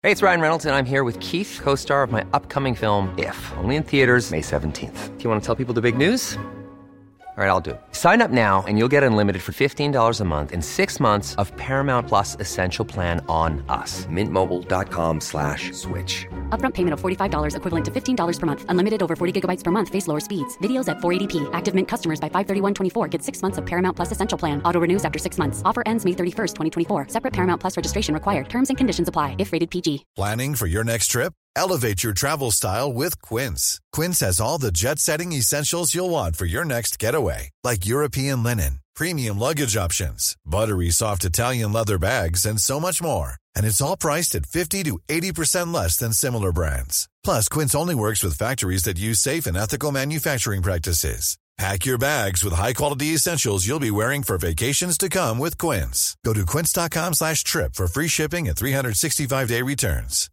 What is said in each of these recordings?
Hey, it's Ryan Reynolds, and I'm here with Keith, co-star of my upcoming film, If, only in theaters May 17th. Do you want to tell people the big news? All right, I'll do it. Sign up now and you'll get unlimited for $15 a month and 6 months of Paramount Plus Essential Plan on us. MintMobile.com/switch. Upfront payment of $45 equivalent to $15 per month. Unlimited over 40 gigabytes per month. Face lower speeds. Videos at 480p. Active Mint customers by 531.24 get 6 months of Paramount Plus Essential Plan. Auto renews after 6 months. Offer ends May 31st, 2024. Separate Paramount Plus registration required. Terms and conditions apply if rated PG. Planning for your next trip? Elevate your travel style with Quince. Quince has all the jet-setting essentials you'll want for your next getaway, like European linen, premium luggage options, buttery soft Italian leather bags, and so much more. And it's all priced at 50 to 80% less than similar brands. Plus, Quince only works with factories that use safe and ethical manufacturing practices. Pack your bags with high-quality essentials you'll be wearing for vacations to come with Quince. Go to quince.com/trip for free shipping and 365-day returns.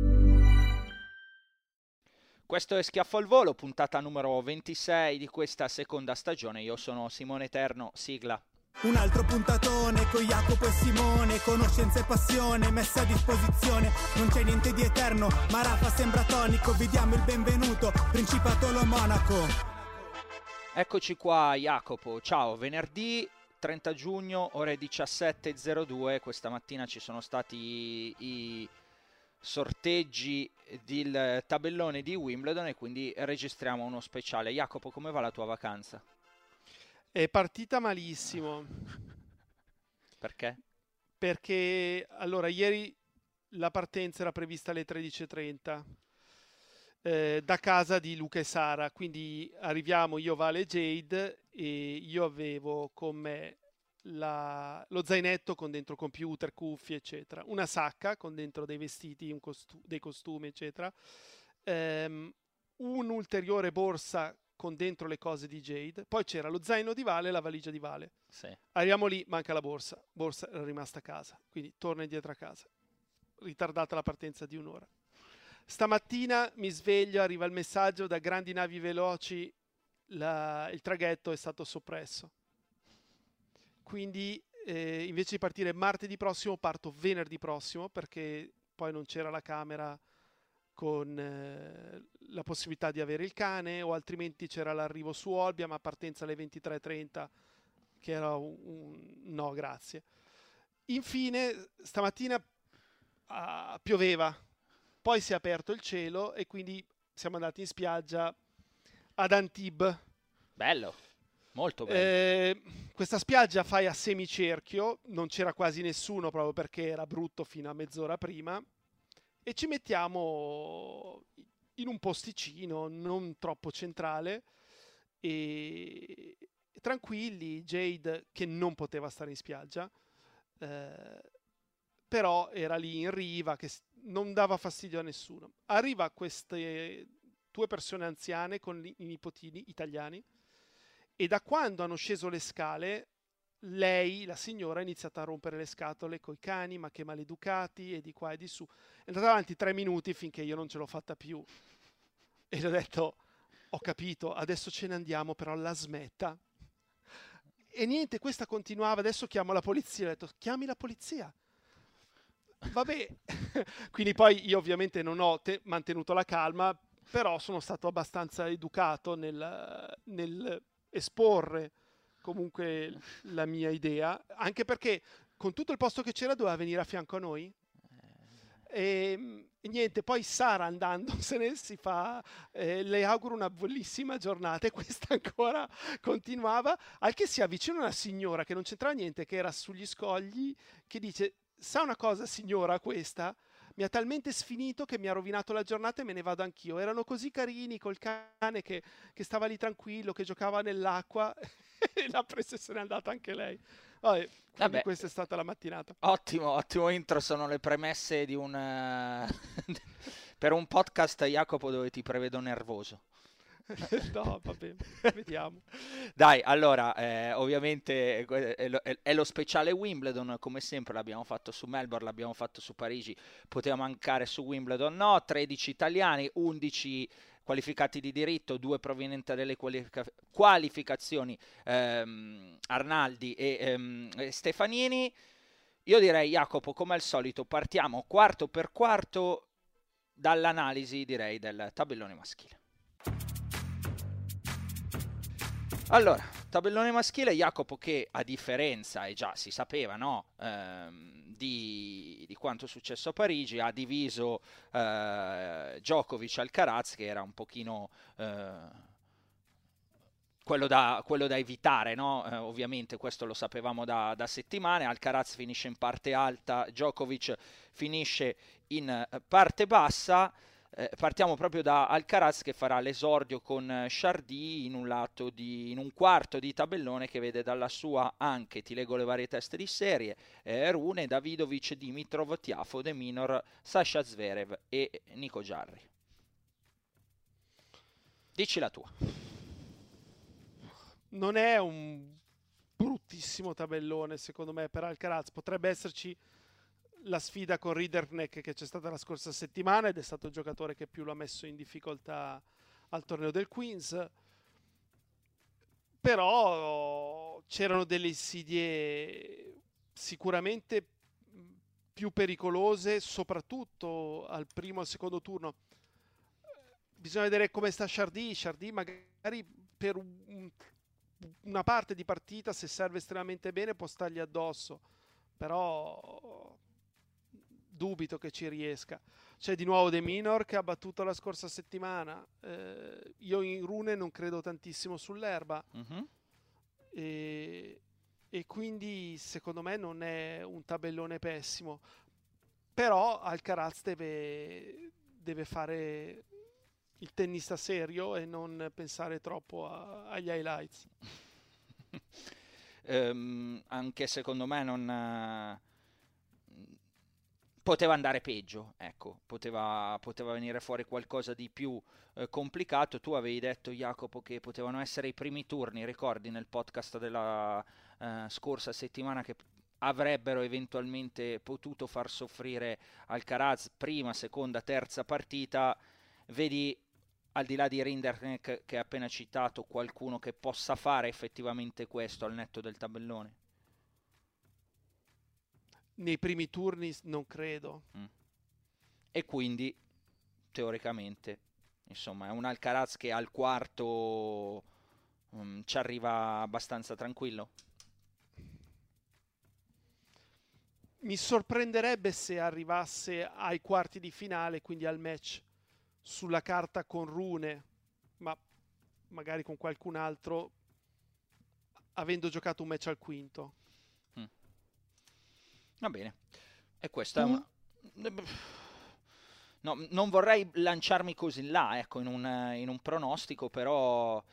Questo è Schiaffo al Volo, puntata numero 26 di questa seconda stagione. Io sono Simone Eterno, sigla. Un altro puntatone con Jacopo e Simone, conoscenza e passione messa a disposizione. Non c'è niente di eterno, ma Rafa sembra tonico. Vi diamo il benvenuto, Principatolo Monaco. Eccoci qua, Jacopo. Ciao, venerdì 30 giugno, ore 17:02. Questa mattina ci sono stati i sorteggi del tabellone di Wimbledon e quindi registriamo uno speciale. Jacopo, come va la tua vacanza? È partita malissimo. Perché? Perché allora ieri la partenza era prevista alle 13:30 da casa di Luca e Sara, quindi arriviamo io, Vale e Jade, e io avevo con me lo zainetto con dentro computer, cuffie eccetera, una sacca con dentro dei vestiti, dei costumi eccetera, un'ulteriore borsa con dentro le cose di Jade, poi c'era lo zaino di Vale e la valigia di Vale. Sì. Arriviamo lì, manca la borsa era rimasta a casa, quindi torna indietro a casa, ritardata la partenza di un'ora. Stamattina mi sveglio, arriva il messaggio da Grandi Navi Veloci, il traghetto è stato soppresso. Quindi invece di partire martedì prossimo parto venerdì prossimo, perché poi non c'era la camera con la possibilità di avere il cane, o altrimenti c'era l'arrivo su Olbia ma partenza alle 23:30, che era no grazie. Infine stamattina pioveva, poi si è aperto il cielo e quindi siamo andati in spiaggia ad Antibes. Bello. Molto bello. Questa spiaggia fai a semicerchio, non c'era quasi nessuno proprio perché era brutto fino a mezz'ora prima, e ci mettiamo in un posticino non troppo centrale e tranquilli. Jade, che non poteva stare in spiaggia, però era lì in riva, che non dava fastidio a nessuno. Arriva queste 2 persone anziane con i nipotini italiani, e da quando hanno sceso le scale lei, la signora, ha iniziato a rompere le scatole coi cani, ma che maleducati, e di qua e di su. È andata avanti 3 minuti finché io non ce l'ho fatta più e gli ho detto: ho capito, adesso ce ne andiamo, però la smetta. E niente, questa continuava: adesso chiamo la polizia. Ho detto: chiami la polizia. Vabbè. Quindi poi io ovviamente non ho mantenuto la calma, però sono stato abbastanza educato nel esporre comunque la mia idea, anche perché con tutto il posto che c'era doveva venire a fianco a noi. E niente, poi Sara andandosene si fa le auguro una bellissima giornata, e questa ancora continuava, al che si avvicina una signora che non c'entrava niente, che era sugli scogli, che dice: sa una cosa signora, questa mi ha talmente sfinito che mi ha rovinato la giornata e me ne vado anch'io. Erano così carini col cane che stava lì tranquillo, che giocava nell'acqua e l'ha presa e se n'è andata anche lei. Vabbè, questa è stata la mattinata. Ottimo intro, sono le premesse di per un podcast, Jacopo, dove ti prevedo nervoso. No, va bene, vediamo. Dai, allora, ovviamente è lo speciale Wimbledon, come sempre l'abbiamo fatto su Melbourne, l'abbiamo fatto su Parigi, poteva mancare su Wimbledon, no, 13 italiani, 11 qualificati di diritto, 2 provenienti dalle qualificazioni, Arnaldi e Stefanini. io direi, Jacopo, come al solito, partiamo quarto per quarto dall'analisi, direi, del tabellone maschile. Allora, tabellone maschile, Jacopo, che a differenza, e già si sapeva, no, di quanto è successo a Parigi, ha diviso Djokovic Alcaraz, che era un pochino quello da evitare, no? Ovviamente questo lo sapevamo da settimane. Alcaraz finisce in parte alta, Djokovic finisce in parte bassa. Partiamo proprio da Alcaraz, che farà l'esordio con Chardy in un quarto di tabellone che vede dalla sua anche, ti leggo le varie teste di serie, Rune, Davidovic, Dimitrov, Tiafoe, De Minaur, Sasha Zverev e Nico Jarry. Dici la tua. Non è un bruttissimo tabellone secondo me per Alcaraz, potrebbe esserci la sfida con Rinderknech che c'è stata la scorsa settimana ed è stato il giocatore che più l'ha messo in difficoltà al torneo del Queens, però c'erano delle insidie sicuramente più pericolose, soprattutto al primo e al secondo turno. Bisogna vedere come sta Chardy magari per una parte di partita, se serve estremamente bene, può stargli addosso, però dubito che ci riesca. C'è di nuovo De Minaur che ha battuto la scorsa settimana. Io in Rune non credo tantissimo sull'erba, e quindi secondo me non è un tabellone pessimo, però Alcaraz deve fare il tennista serio e non pensare troppo agli highlights. Anche secondo me non poteva andare peggio, ecco, poteva venire fuori qualcosa di più complicato. Tu avevi detto, Jacopo, che potevano essere i primi turni, ricordi nel podcast della scorsa settimana, che avrebbero eventualmente potuto far soffrire Alcaraz prima, seconda, terza partita. Vedi, al di là di Rinderknech che hai appena citato, qualcuno che possa fare effettivamente questo al netto del tabellone? Nei primi turni non credo. E quindi teoricamente, insomma, è un Alcaraz che al quarto ci arriva abbastanza tranquillo. Mi sorprenderebbe se arrivasse ai quarti di finale, quindi al match sulla carta con Rune, ma magari con qualcun altro, avendo giocato un match al quinto. Va bene. E questa è una... No, non vorrei lanciarmi così in là, ecco, in un pronostico, però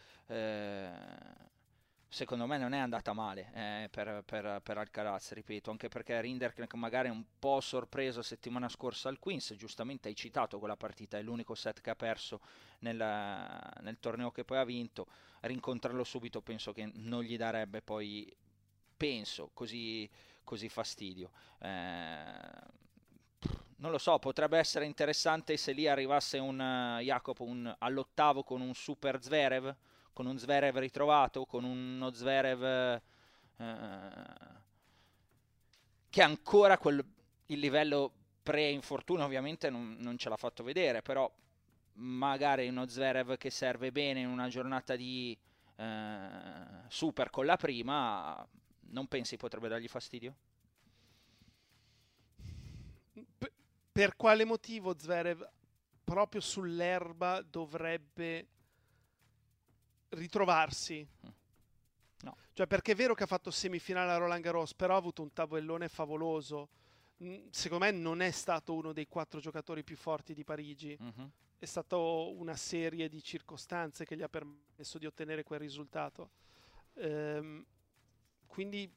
secondo me non è andata male per Alcaraz, ripeto, anche perché Rinderknech magari è un po' sorpreso settimana scorsa al Queens. Giustamente hai citato quella partita, è l'unico set che ha perso nel torneo che poi ha vinto. Rincontrarlo subito penso che non gli darebbe poi, così fastidio. Non lo so, potrebbe essere interessante se lì arrivasse Jacopo all'ottavo con un super Zverev, con un Zverev ritrovato, con uno Zverev che ancora il livello pre-infortunio ovviamente non ce l'ha fatto vedere, però magari uno Zverev che serve bene in una giornata di super con la prima. Non pensi potrebbe dargli fastidio? Per quale motivo Zverev proprio sull'erba dovrebbe ritrovarsi? No. Cioè, perché è vero che ha fatto semifinale a Roland Garros, però ha avuto un tabellone favoloso. Secondo me non è stato uno dei 4 giocatori più forti di Parigi. È stata una serie di circostanze che gli ha permesso di ottenere quel risultato. Quindi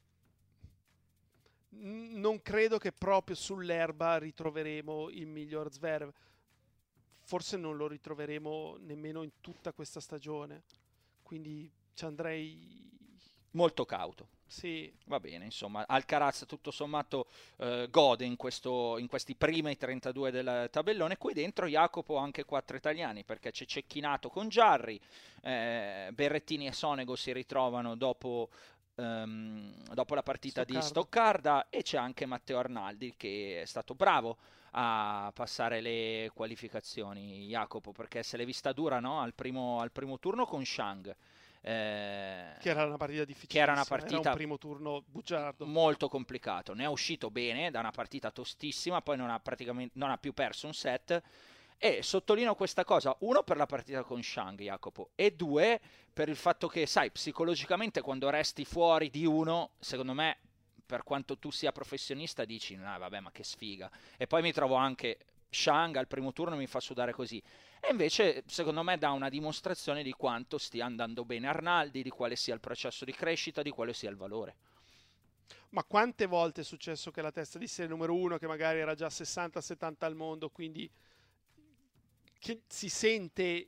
non credo che proprio sull'erba ritroveremo il miglior Zverev. Forse non lo ritroveremo nemmeno in tutta questa stagione, quindi ci andrei molto cauto. Sì. Va bene, insomma, Alcaraz tutto sommato gode in questi primi 32 del tabellone. Qui dentro, Jacopo, anche 4 italiani, perché c'è Cecchinato con Jarry, Berrettini e Sonego si ritrovano dopo dopo la partita di Stoccarda, e c'è anche Matteo Arnaldi che è stato bravo a passare le qualificazioni, Jacopo, perché se l'è vista dura, no? al primo turno con Shang, che era una partita difficile, era un primo turno bugiardo, molto complicato. Ne è uscito bene da una partita tostissima, poi non ha più perso un set. E sottolineo questa cosa, uno, per la partita con Shang, Jacopo, e due, per il fatto che, sai, psicologicamente quando resti fuori di uno, secondo me, per quanto tu sia professionista, dici, no, vabbè, ma che sfiga. E poi mi trovo anche Shang al primo turno, mi fa sudare così. E invece, secondo me, dà una dimostrazione di quanto stia andando bene Arnaldi, di quale sia il processo di crescita, di quale sia il valore. Ma quante volte è successo che la testa di serie numero 1, che magari era già 60-70 al mondo, quindi che si sente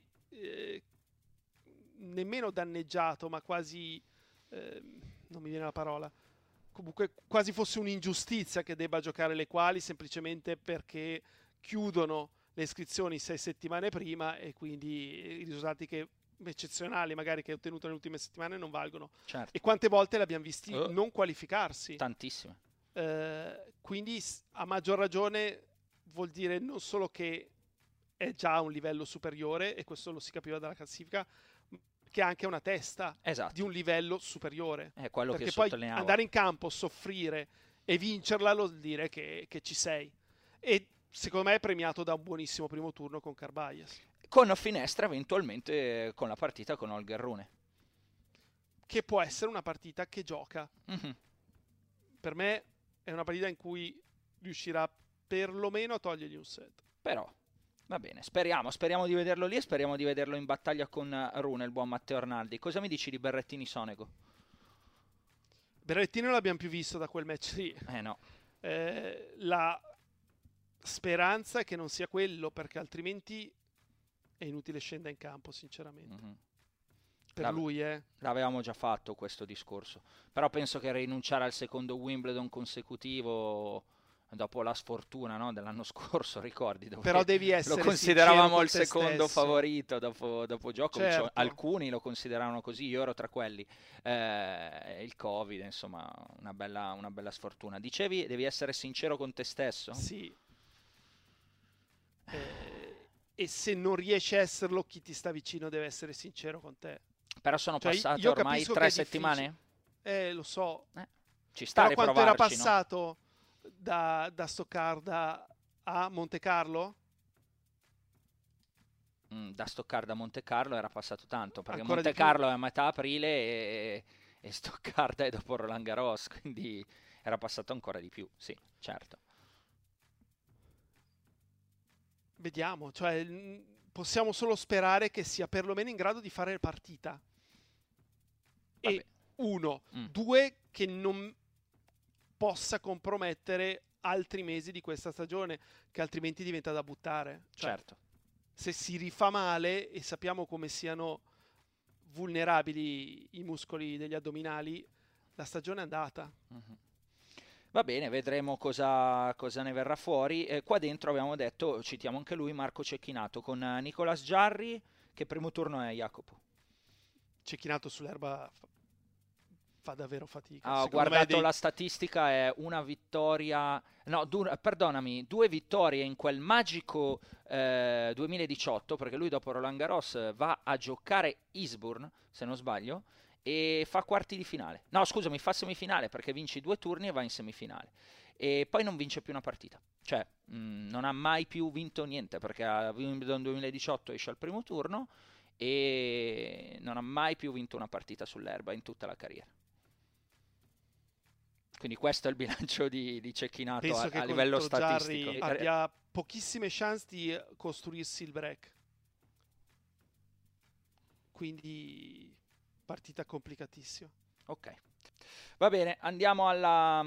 nemmeno danneggiato, ma quasi, non mi viene la parola, comunque quasi fosse un'ingiustizia che debba giocare le quali semplicemente perché chiudono le iscrizioni 6 settimane prima e quindi i risultati eccezionali magari che hai ottenuto nelle ultime settimane non valgono. Certo. E quante volte l'abbiamo visti non qualificarsi? Tantissime. Quindi a maggior ragione vuol dire non solo che è già a un livello superiore, e questo lo si capiva dalla classifica, che ha anche una testa di un livello superiore. È quello perché che poi sottolineavo. Andare in campo, soffrire e vincerla vuol dire che ci sei. E secondo me è premiato da un buonissimo primo turno con Carballes. Con finestra eventualmente con la partita con Holger Rune. Che può essere una partita che gioca. Mm-hmm. Per me è una partita in cui riuscirà perlomeno a togliergli un set. Però va bene, speriamo di vederlo lì e speriamo di vederlo in battaglia con Rune, il buon Matteo Arnaldi. Cosa mi dici di Berrettini Sonego? Berrettini non l'abbiamo più visto da quel match lì. No. La speranza è che non sia quello, perché altrimenti è inutile scendere in campo, sinceramente. Mm-hmm. Per lui, L'avevamo già fatto questo discorso. Però penso che rinunciare al secondo Wimbledon consecutivo dopo la sfortuna, no, dell'anno scorso, ricordi? Però devi essere lo consideravamo il sincero secondo stesso. favorito dopo Djokovic. Certo. Alcuni lo consideravano così, io ero tra quelli. Il Covid, insomma, una bella sfortuna. Dicevi, devi essere sincero con te stesso? Sì. E se non riesci a esserlo, chi ti sta vicino deve essere sincero con te. Però sono passate ormai 3 settimane? Lo so. Ci sta a però riprovarci, quanto era passato, no? da Stoccarda a Monte Carlo? Da Stoccarda a Monte Carlo era passato tanto, perché Ancora Monte Carlo è a metà aprile e Stoccarda è dopo Roland Garros, quindi era passato ancora di più, sì, certo. Vediamo, cioè possiamo solo sperare che sia perlomeno in grado di fare partita. Vabbè. E uno, due, che non possa compromettere altri mesi di questa stagione, che altrimenti diventa da buttare. Cioè, certo. Se si rifà male, e sappiamo come siano vulnerabili i muscoli degli addominali, la stagione è andata. Mm-hmm. Va bene, vedremo cosa ne verrà fuori. Qua dentro abbiamo detto, citiamo anche lui, Marco Cecchinato con Nicolas Jarry. Che primo turno è, Jacopo? Cecchinato sull'erba fa davvero fatica. Ho guardato la statistica, è una vittoria, no, perdonami, 2 vittorie in quel magico 2018, perché lui dopo Roland Garros va a giocare Eastbourne, se non sbaglio, e fa quarti di finale. No, scusami, fa semifinale, perché vince 2 turni e va in semifinale. E poi non vince più una partita. Cioè, non ha mai più vinto niente, perché a Wimbledon 2018 esce al primo turno e non ha mai più vinto una partita sull'erba in tutta la carriera. Quindi questo è il bilancio di Cecchinato a livello statistico. Jarry abbia pochissime chance di costruirsi il break. Quindi partita complicatissima. Ok. Va bene, andiamo alla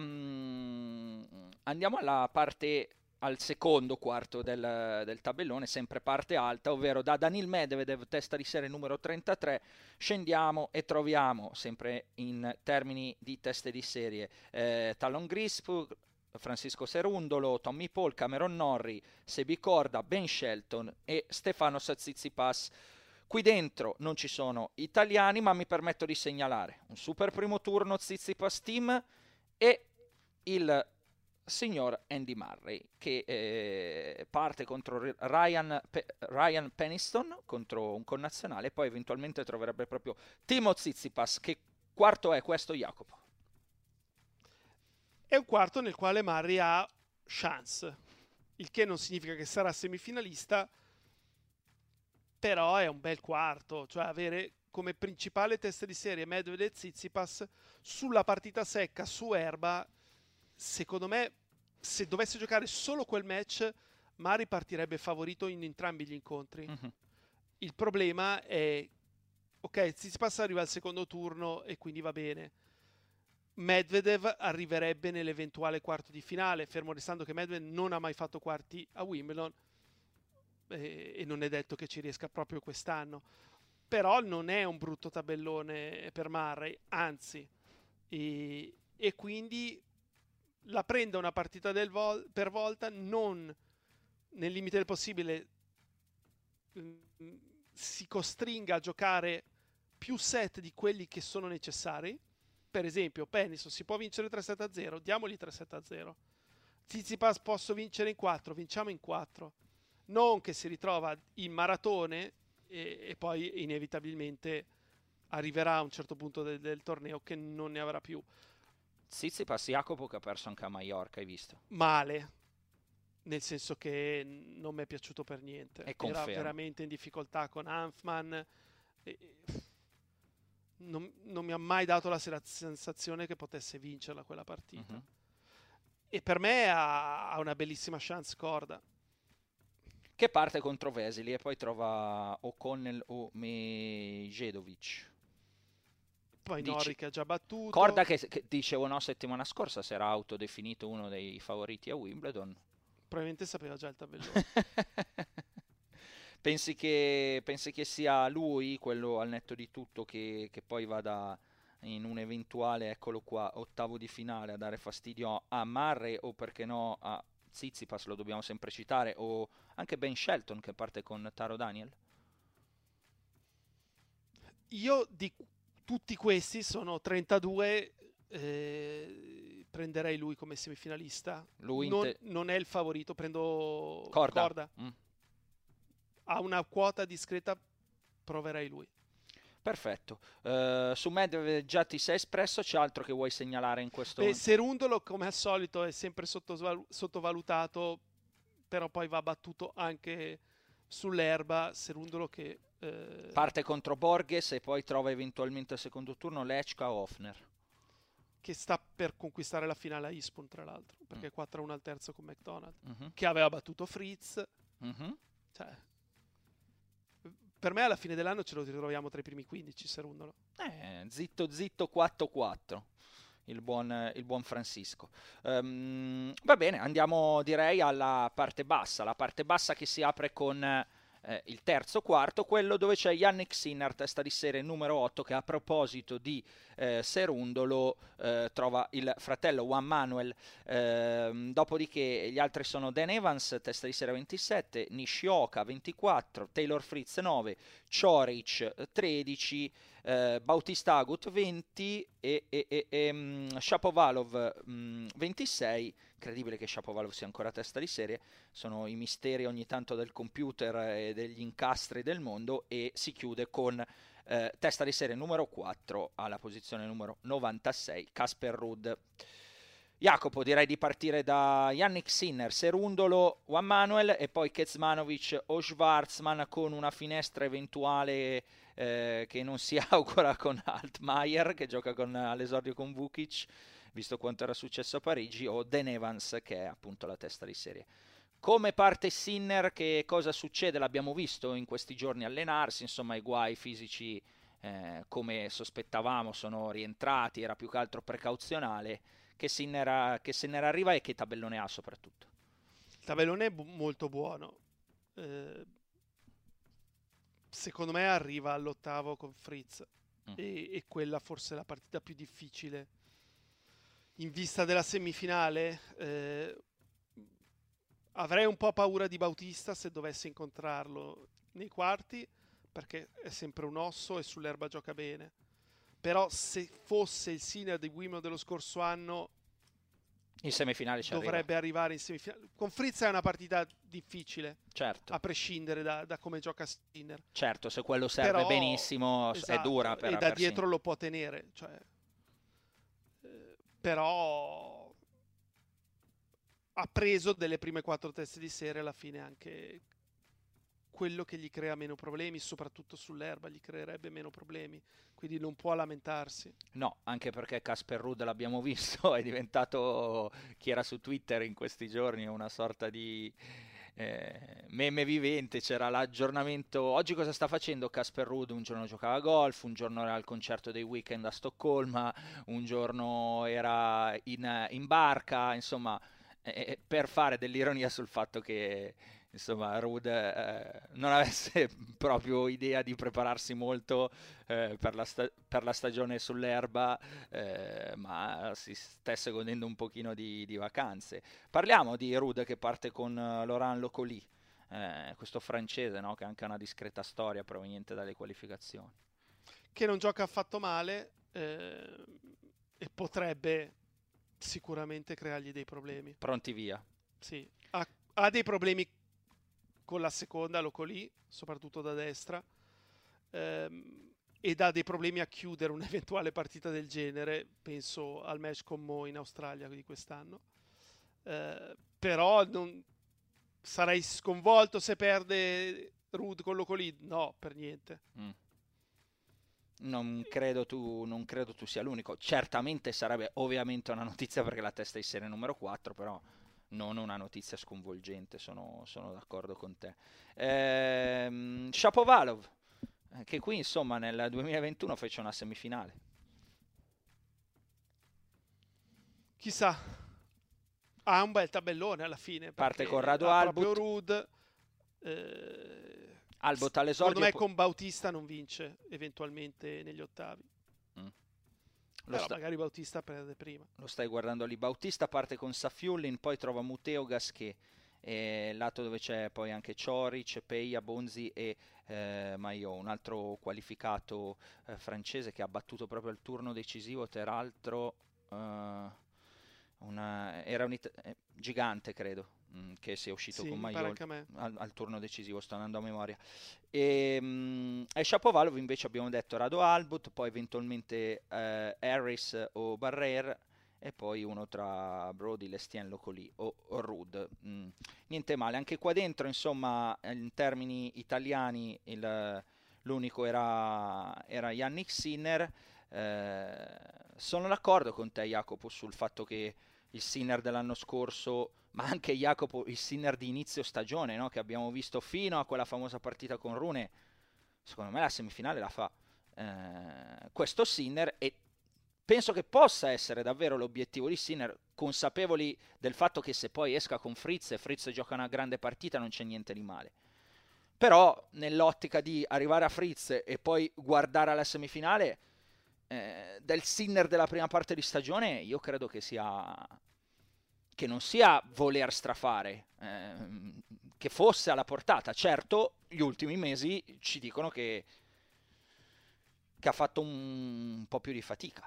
parte, al secondo quarto del tabellone, sempre parte alta, ovvero da Daniil Medvedev, testa di serie numero 33, scendiamo e troviamo, sempre in termini di teste di serie, Talon Grisp, Francisco Cerundolo, Tommy Paul, Cameron Norrie, Sebi Corda, Ben Shelton e Stefanos Tsitsipas. Qui dentro non ci sono italiani, ma mi permetto di segnalare un super primo turno Tsitsipas Team e il signor Andy Murray che parte contro Ryan Peniston, contro un connazionale, e poi eventualmente troverebbe proprio Timo Tsitsipas. Che quarto è questo, Jacopo? È un quarto nel quale Murray ha chance, il che non significa che sarà semifinalista, però è un bel quarto, cioè avere come principale testa di serie Medvedev e Tsitsipas sulla partita secca su erba. Secondo me, se dovesse giocare solo quel match, Murray partirebbe favorito in entrambi gli incontri. Mhm. Il problema è, ok, Tsitsipas arriva al secondo turno e quindi va bene. Medvedev arriverebbe nell'eventuale quarto di finale, fermo restando che Medvedev non ha mai fatto quarti a Wimbledon e non è detto che ci riesca proprio quest'anno. Però non è un brutto tabellone per Murray, anzi, e quindi la prenda una partita per volta, non nel limite del possibile si costringa a giocare più set di quelli che sono necessari. Per esempio, Peniston si può vincere 3-7-0, diamogli 3-7-0. Tsitsipas posso vincere in 4, vinciamo in 4. Non che si ritrova in maratone e poi inevitabilmente arriverà a un certo punto del torneo che non ne avrà più. Tsitsipas, Jacopo, che ha perso anche a Mallorca, hai visto? Male, nel senso che non mi è piaciuto per niente. E Era confermo. veramente in difficoltà con Hanfman. Non mi ha mai dato la sensazione che potesse vincerla quella partita. Mhm. E per me ha una bellissima chance Korda. Che parte contro Vesely e poi trova O'Connell o Medjedovic. Poi Dici- Norrie che ha già battuto. Korda che dicevo no settimana scorsa si era autodefinito uno dei favoriti a Wimbledon. Probabilmente sapeva già il tabellone. Pensi che sia lui, quello al netto di tutto, che poi vada in un eventuale, eccolo qua, ottavo di finale a dare fastidio a Murray o perché no a Tsitsipas, lo dobbiamo sempre citare, o anche Ben Shelton che parte con Taro Daniel? Io di tutti questi sono 32, prenderei lui come semifinalista. Lui non è il favorito, prendo Korda. Korda. Ha una quota discreta, proverei lui. Perfetto. Su Medvedev già ti sei espresso, c'è altro che vuoi segnalare in questo momento? Serundolo, come al solito, è sempre sottovalutato, però poi va battuto anche sull'erba. Serundolo che parte contro Borges e poi trova eventualmente al secondo turno Lechka o Hofner. che sta per conquistare la finale a Ispun, tra l'altro, perché 4-1 al terzo con McDonald, Mhm. che aveva battuto Fritz. Mhm. Cioè, per me alla fine dell'anno ce lo ritroviamo tra i primi 15, Serundolo. Zitto zitto 4-4, il buon Francisco. Va bene, andiamo direi alla parte bassa, la parte bassa che si apre con il terzo quarto, quello dove c'è Jannik Sinner, testa di serie numero 8, che a proposito di Serundolo trova il fratello Juan Manuel. Dopodiché gli altri sono Dan Evans, testa di serie 27, Nishioka 24, Taylor Fritz 9, Coric 13, Bautista Agut 20 e Shapovalov 26. Incredibile che Shapovalov sia ancora testa di serie, sono i misteri ogni tanto del computer e degli incastri del mondo. E si chiude con testa di serie numero 4 alla posizione numero 96, Casper Ruud. Jacopo, direi di partire da Jannik Sinner, Serundolo, Juan Manuel e poi Kecmanovic o Schwartzman, con una finestra eventuale che non si augura con Altmaier, che gioca all'esordio con Vukic, visto quanto era successo a Parigi, o Dan Evans, che è appunto la testa di serie. Come parte Sinner, che cosa succede? L'abbiamo visto in questi giorni allenarsi, insomma i guai fisici come sospettavamo sono rientrati, era più che altro precauzionale. Che Sinner arriva e che tabellone ha soprattutto? Il tabellone è molto buono. Secondo me arriva all'ottavo con Fritz e quella forse è la partita più difficile in vista della semifinale. Avrei un po' paura di Bautista se dovesse incontrarlo nei quarti, perché è sempre un osso e sull'erba gioca bene. Però se fosse il Sinner di Wimbledon dello scorso anno, in semifinale dovrebbe arrivare in semifinale. Con Fritz è una partita difficile, certo, a prescindere da come gioca Sinner. Certo, se quello serve Però, benissimo, esatto, è dura e da dietro lo può tenere, cioè, però ha preso delle prime 4 teste di serie alla fine anche quello che gli crea meno problemi, soprattutto sull'erba gli creerebbe meno problemi, quindi non può lamentarsi. No, anche perché Casper Ruud, l'abbiamo visto, è diventato, chi era su Twitter in questi giorni, una sorta di meme vivente. C'era l'aggiornamento, oggi cosa sta facendo Casper Ruud? Un giorno giocava a golf, un giorno era al concerto dei Weeknd a Stoccolma, un giorno era in barca, insomma, per fare dell'ironia sul fatto che insomma Ruud non avesse proprio idea di prepararsi molto per la stagione sull'erba, ma si stesse godendo un pochino di vacanze. Parliamo di Ruud che parte con Laurent Locoli, questo francese, no? Che ha anche una discreta storia proveniente dalle qualificazioni, che non gioca affatto male e potrebbe sicuramente creargli dei problemi. Pronti via. Sì, ha dei problemi con la seconda Locoli, soprattutto da destra, ed ha dei problemi a chiudere un'eventuale partita del genere. Penso al match con Mo in Australia di quest'anno, però non sarei sconvolto se perde Ruud con Locoli. No, per niente. Non credo tu sia l'unico. Certamente sarebbe ovviamente una notizia perché la testa di serie numero 4, però non una notizia sconvolgente, sono d'accordo con te. Shapovalov, che qui insomma nel 2021 fece una semifinale. Chissà, ha un bel tabellone alla fine. Parte con Rado Albot. Ruud, Albot all'esordio. Secondo me con Bautista non vince eventualmente negli ottavi. Però magari Bautista perde prima. Lo stai guardando lì. Bautista parte con Safiullin, poi trova Muteo Gasquet, lato dove c'è poi anche Cioric, Peia, Bonzi e Maillot, un altro qualificato francese che ha battuto proprio al turno decisivo, tra l'altro era un gigante, credo, che si è uscito con Maillot al turno decisivo, sto andando a memoria. E Shapovalov invece abbiamo detto Rado Albot, poi eventualmente Harris o Barrer, e poi uno tra Brody, Lestien, Locoli o Ruud. Niente male, anche qua dentro insomma in termini italiani l'unico era Jannik Sinner. Sono d'accordo con te, Jacopo, sul fatto che il Sinner dell'anno scorso, ma anche Jacopo il Sinner di inizio stagione, no? Che abbiamo visto fino a quella famosa partita con Rune, secondo me la semifinale la fa questo Sinner, e penso che possa essere davvero l'obiettivo di Sinner, consapevoli del fatto che se poi esca con Fritz e Fritz gioca una grande partita non c'è niente di male. Però nell'ottica di arrivare a Fritz e poi guardare alla semifinale, del Sinner della prima parte di stagione io credo che non sia voler strafare, che fosse alla portata. Certo, gli ultimi mesi ci dicono che ha fatto un po' più di fatica.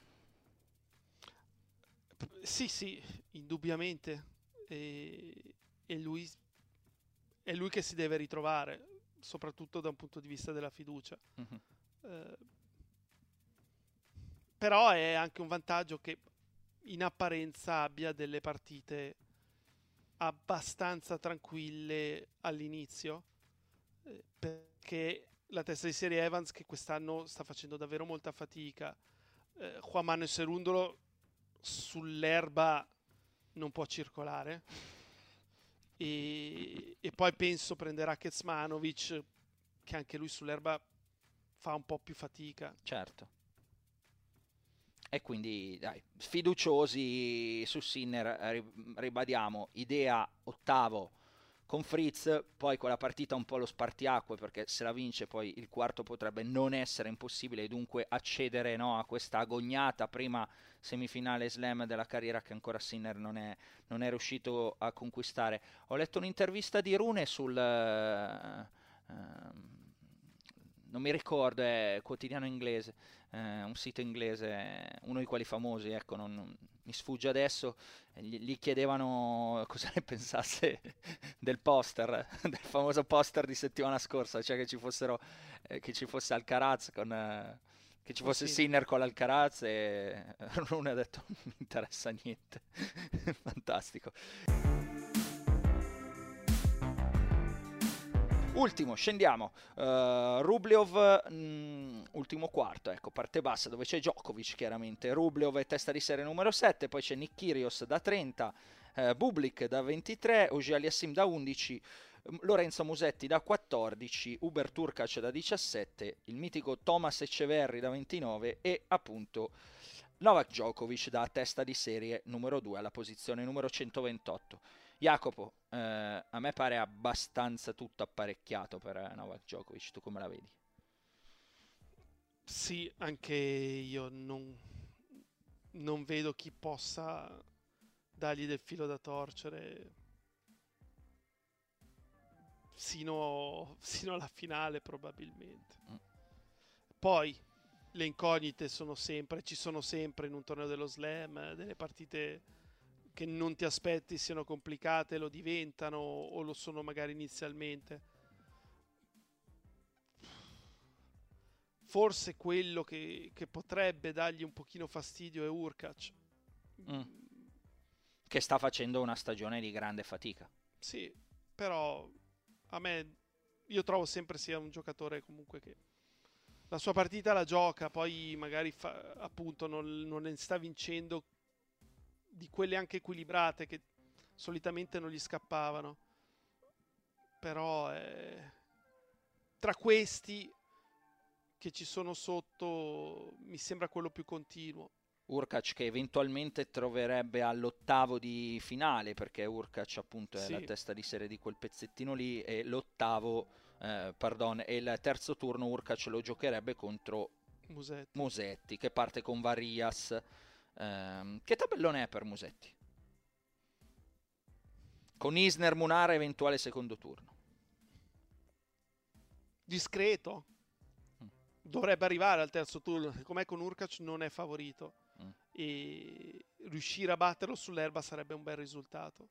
Sì, indubbiamente, è lui che si deve ritrovare, soprattutto da un punto di vista della fiducia. Però è anche un vantaggio che in apparenza abbia delle partite abbastanza tranquille all'inizio, perché la testa di serie Evans, che quest'anno sta facendo davvero molta fatica, Juan Manuel Cerúndolo sull'erba non può circolare, e poi penso prenderà Kecmanovic, che anche lui sull'erba fa un po' più fatica. Certo. E quindi dai, sfiduciosi su Sinner, ribadiamo, idea ottavo con Fritz, poi quella partita un po' lo spartiacque, perché se la vince poi il quarto potrebbe non essere impossibile e dunque accedere, no, a questa agognata prima semifinale slam della carriera che ancora Sinner non è riuscito a conquistare. Ho letto un'intervista di Rune non mi ricordo, è quotidiano inglese, un sito inglese, uno di quelli famosi, ecco, mi sfugge adesso, gli chiedevano cosa ne pensasse del poster, del famoso poster di settimana scorsa, cioè che ci fosse Alcaraz che ci fosse Sinner con l'Alcaraz, e uno ha detto non mi interessa niente. Fantastico. Ultimo, scendiamo. Rublev, ultimo quarto, ecco, parte bassa dove c'è Djokovic chiaramente. Rublev è testa di serie numero 7, poi c'è Nick Kyrgios da 30, Bublik da 23, Auger-Aliassime da 11, Lorenzo Musetti da 14, Hubert Hurkacz da 17, il mitico Thomas Etcheverry da 29 e appunto Novak Djokovic da testa di serie numero 2 alla posizione numero 128. Jacopo, a me pare abbastanza tutto apparecchiato per Novak Djokovic, tu come la vedi? Sì, anche io non vedo chi possa dargli del filo da torcere sino alla finale probabilmente. Poi le incognite ci sono sempre in un torneo dello Slam, delle partite che non ti aspetti siano complicate, lo diventano o lo sono magari inizialmente. Forse quello che potrebbe dargli un pochino fastidio è Hurkacz. Che sta facendo una stagione di grande fatica. Sì, però io trovo sempre sia un giocatore comunque che la sua partita la gioca, poi magari appunto non ne sta vincendo di quelle anche equilibrate che solitamente non gli scappavano. Però tra questi che ci sono sotto mi sembra quello più continuo. Hurkacz che eventualmente troverebbe all'ottavo di finale, perché Hurkacz appunto è la testa di serie di quel pezzettino lì, e e il terzo turno Hurkacz lo giocherebbe contro Musetti che parte con Varillas. Che tabellone è per Musetti? Con Isner, Munar, eventuale secondo turno. Discreto. Dovrebbe arrivare al terzo turno, com'è con Hurkacz non è favorito. E riuscire a batterlo sull'erba sarebbe un bel risultato.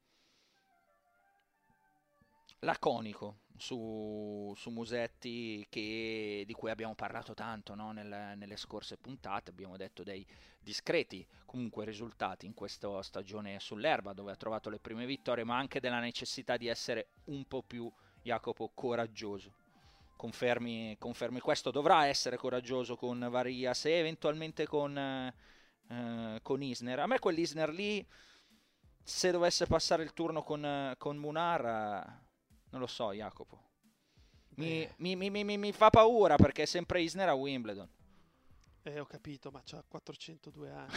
Laconico su Musetti, di cui abbiamo parlato tanto, no? Nelle scorse puntate abbiamo detto dei discreti comunque risultati in questa stagione sull'erba, dove ha trovato le prime vittorie, ma anche della necessità di essere un po' più, Jacopo, coraggioso. Confermi questo? Dovrà essere coraggioso con Varillas e eventualmente con Isner. A me quell'Isner lì, se dovesse passare il turno con Munar, non lo so, Jacopo. Mi fa paura, perché è sempre Isner a Wimbledon. Ho capito, ma c'ha 402 anni.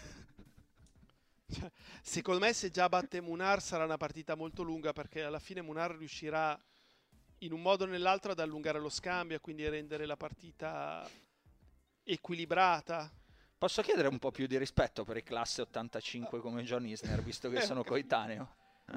Secondo me se già batte Munar sarà una partita molto lunga, perché alla fine Munar riuscirà in un modo o nell'altro ad allungare lo scambio e quindi rendere la partita equilibrata. Posso chiedere un po' più di rispetto per i classe 85 come John Isner, visto che sono coetaneo?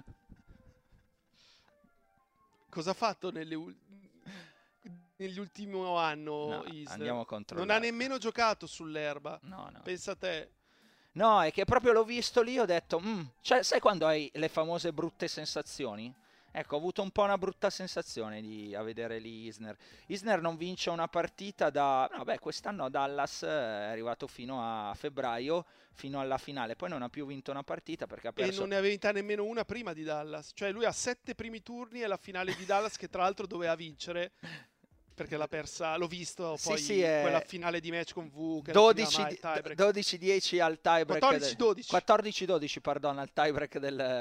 Cosa ha fatto negli ultimi anni Isner? Andiamo a controllare. Non ha nemmeno giocato sull'erba. No. Pensa a te. No, è che proprio l'ho visto lì, ho detto, cioè, sai quando hai le famose brutte sensazioni? Ecco, ho avuto un po' una brutta sensazione a vedere lì Isner. Isner non vince una partita quest'anno a Dallas è arrivato fino a febbraio, fino alla finale, poi non ha più vinto una partita perché ha perso. E non ne aveva vinta nemmeno una prima di Dallas, cioè lui ha 7 primi turni e la finale di Dallas che tra l'altro doveva vincere, perché l'ha persa, l'ho visto poi quella finale di match con V che 12-10 al tiebreak, 14-12 pardon, al tiebreak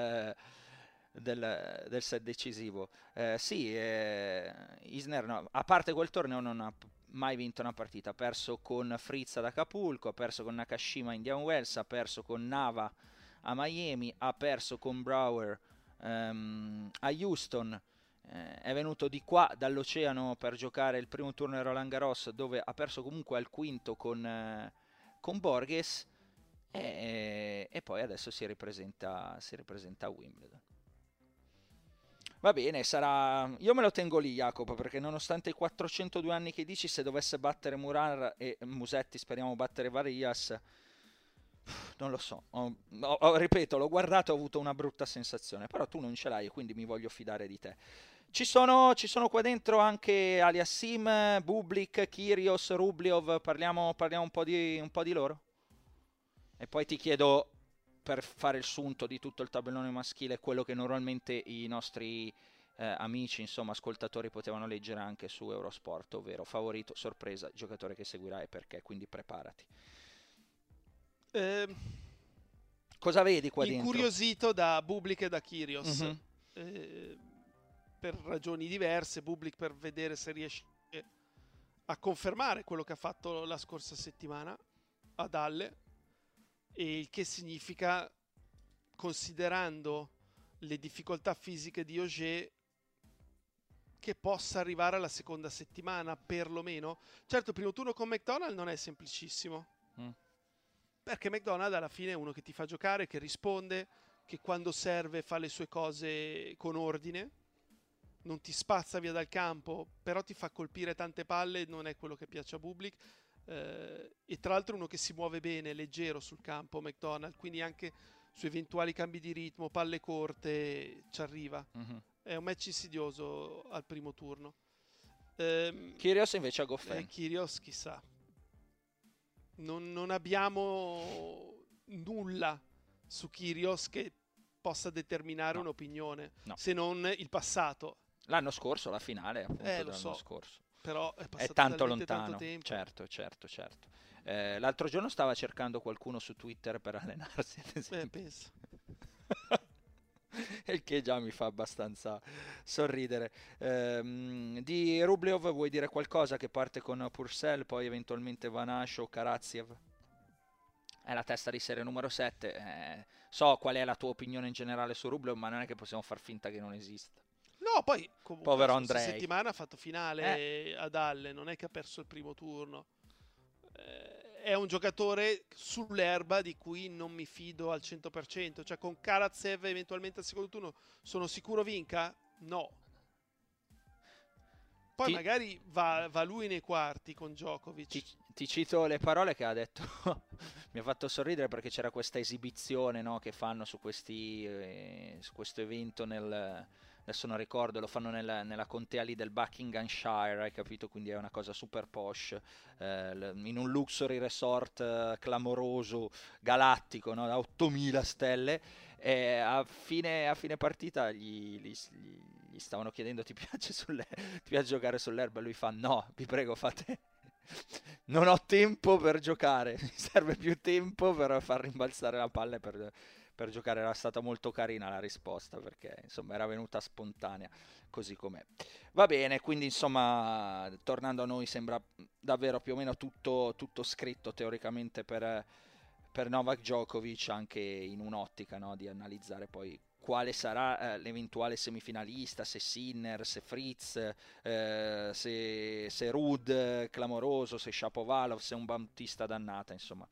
del set decisivo. Isner no, a parte quel torneo non ha mai vinto una partita, ha perso con Fritz ad Acapulco, ha perso con Nakashima a Indian Wells, ha perso con Nava a Miami, ha perso con Brower a Houston, è venuto di qua dall'oceano per giocare il primo turno di Roland Garros, dove ha perso comunque al quinto con Borges, e poi adesso si ripresenta a Wimbledon. Va bene, sarà... Io me lo tengo lì, Jacopo, perché nonostante i 402 anni che dici, se dovesse battere Murar e Musetti, speriamo battere Varillas, non lo so. Ripeto, l'ho guardato, ho avuto una brutta sensazione, però tu non ce l'hai, quindi mi voglio fidare di te. Ci sono qua dentro anche Aliassim, Bublik, Kyrgios, Rublev, parliamo un po' di loro? E poi ti chiedo, per fare il sunto di tutto il tabellone maschile, quello che normalmente i nostri amici, insomma, ascoltatori potevano leggere anche su Eurosport, ovvero favorito, sorpresa, giocatore che seguirà e perché, quindi preparati. Cosa vedi qua dentro? Incuriosito da Bublik e da Kyrgios, per ragioni diverse. Bublik per vedere se riesce a confermare quello che ha fatto la scorsa settimana ad Halle, e il che significa, considerando le difficoltà fisiche di Auger, che possa arrivare alla seconda settimana perlomeno. Certo, il primo turno con McDonald non è semplicissimo, perché McDonald alla fine è uno che ti fa giocare, che risponde, che quando serve fa le sue cose con ordine, non ti spazza via dal campo, però ti fa colpire tante palle. Non è quello che piace a Bublik. E tra l'altro uno che si muove bene, leggero sul campo, McDonald, quindi anche su eventuali cambi di ritmo, palle corte, ci arriva. È un match insidioso al primo turno. Kyrgios invece a Goffin. Kyrgios, chissà, non abbiamo nulla su Kyrgios che possa determinare un'opinione, se non il passato. L'anno scorso, la finale appunto lo dell'anno so. scorso. Però è passato tanto talmente lontano, tanto tempo. certo. L'altro giorno stava cercando qualcuno su Twitter per allenarsi, ad esempio. Penso. Il che già mi fa abbastanza sorridere. Di Rublev vuoi dire qualcosa, che parte con Purcell, poi eventualmente Vanash o Karatsev? È la testa di serie numero 7. So qual è la tua opinione in generale su Rublev, ma non è che possiamo far finta che non esista. No, poi comunque povero questa Andrei settimana ha fatto finale ad Halle, non è che ha perso il primo turno. È un giocatore sull'erba di cui non mi fido al 100%. Cioè, con Karatsev eventualmente al secondo turno sono sicuro vinca? No. Poi magari va lui nei quarti con Djokovic. Ti cito le parole che ha detto. Mi ha fatto sorridere perché c'era questa esibizione, no, che fanno su questo evento adesso non ricordo, lo fanno nella contea lì del Buckinghamshire, hai capito? Quindi è una cosa super posh, in un luxury resort clamoroso, galattico, no? Da 8000 stelle. E a fine partita gli stavano chiedendo: ti piace giocare sull'erba? E lui fa: no, vi prego, fate... non ho tempo per giocare, mi serve più tempo per far rimbalzare la palla per giocare. Era stata molto carina la risposta, perché insomma era venuta spontanea così com'è. Va bene, quindi insomma, tornando a noi, sembra davvero più o meno tutto scritto teoricamente per Novak Djokovic, anche in un'ottica, no, di analizzare poi quale sarà l'eventuale semifinalista, se Sinner, se Fritz, se Ruud clamoroso, se Shapovalov, se un Bautista dannata, insomma.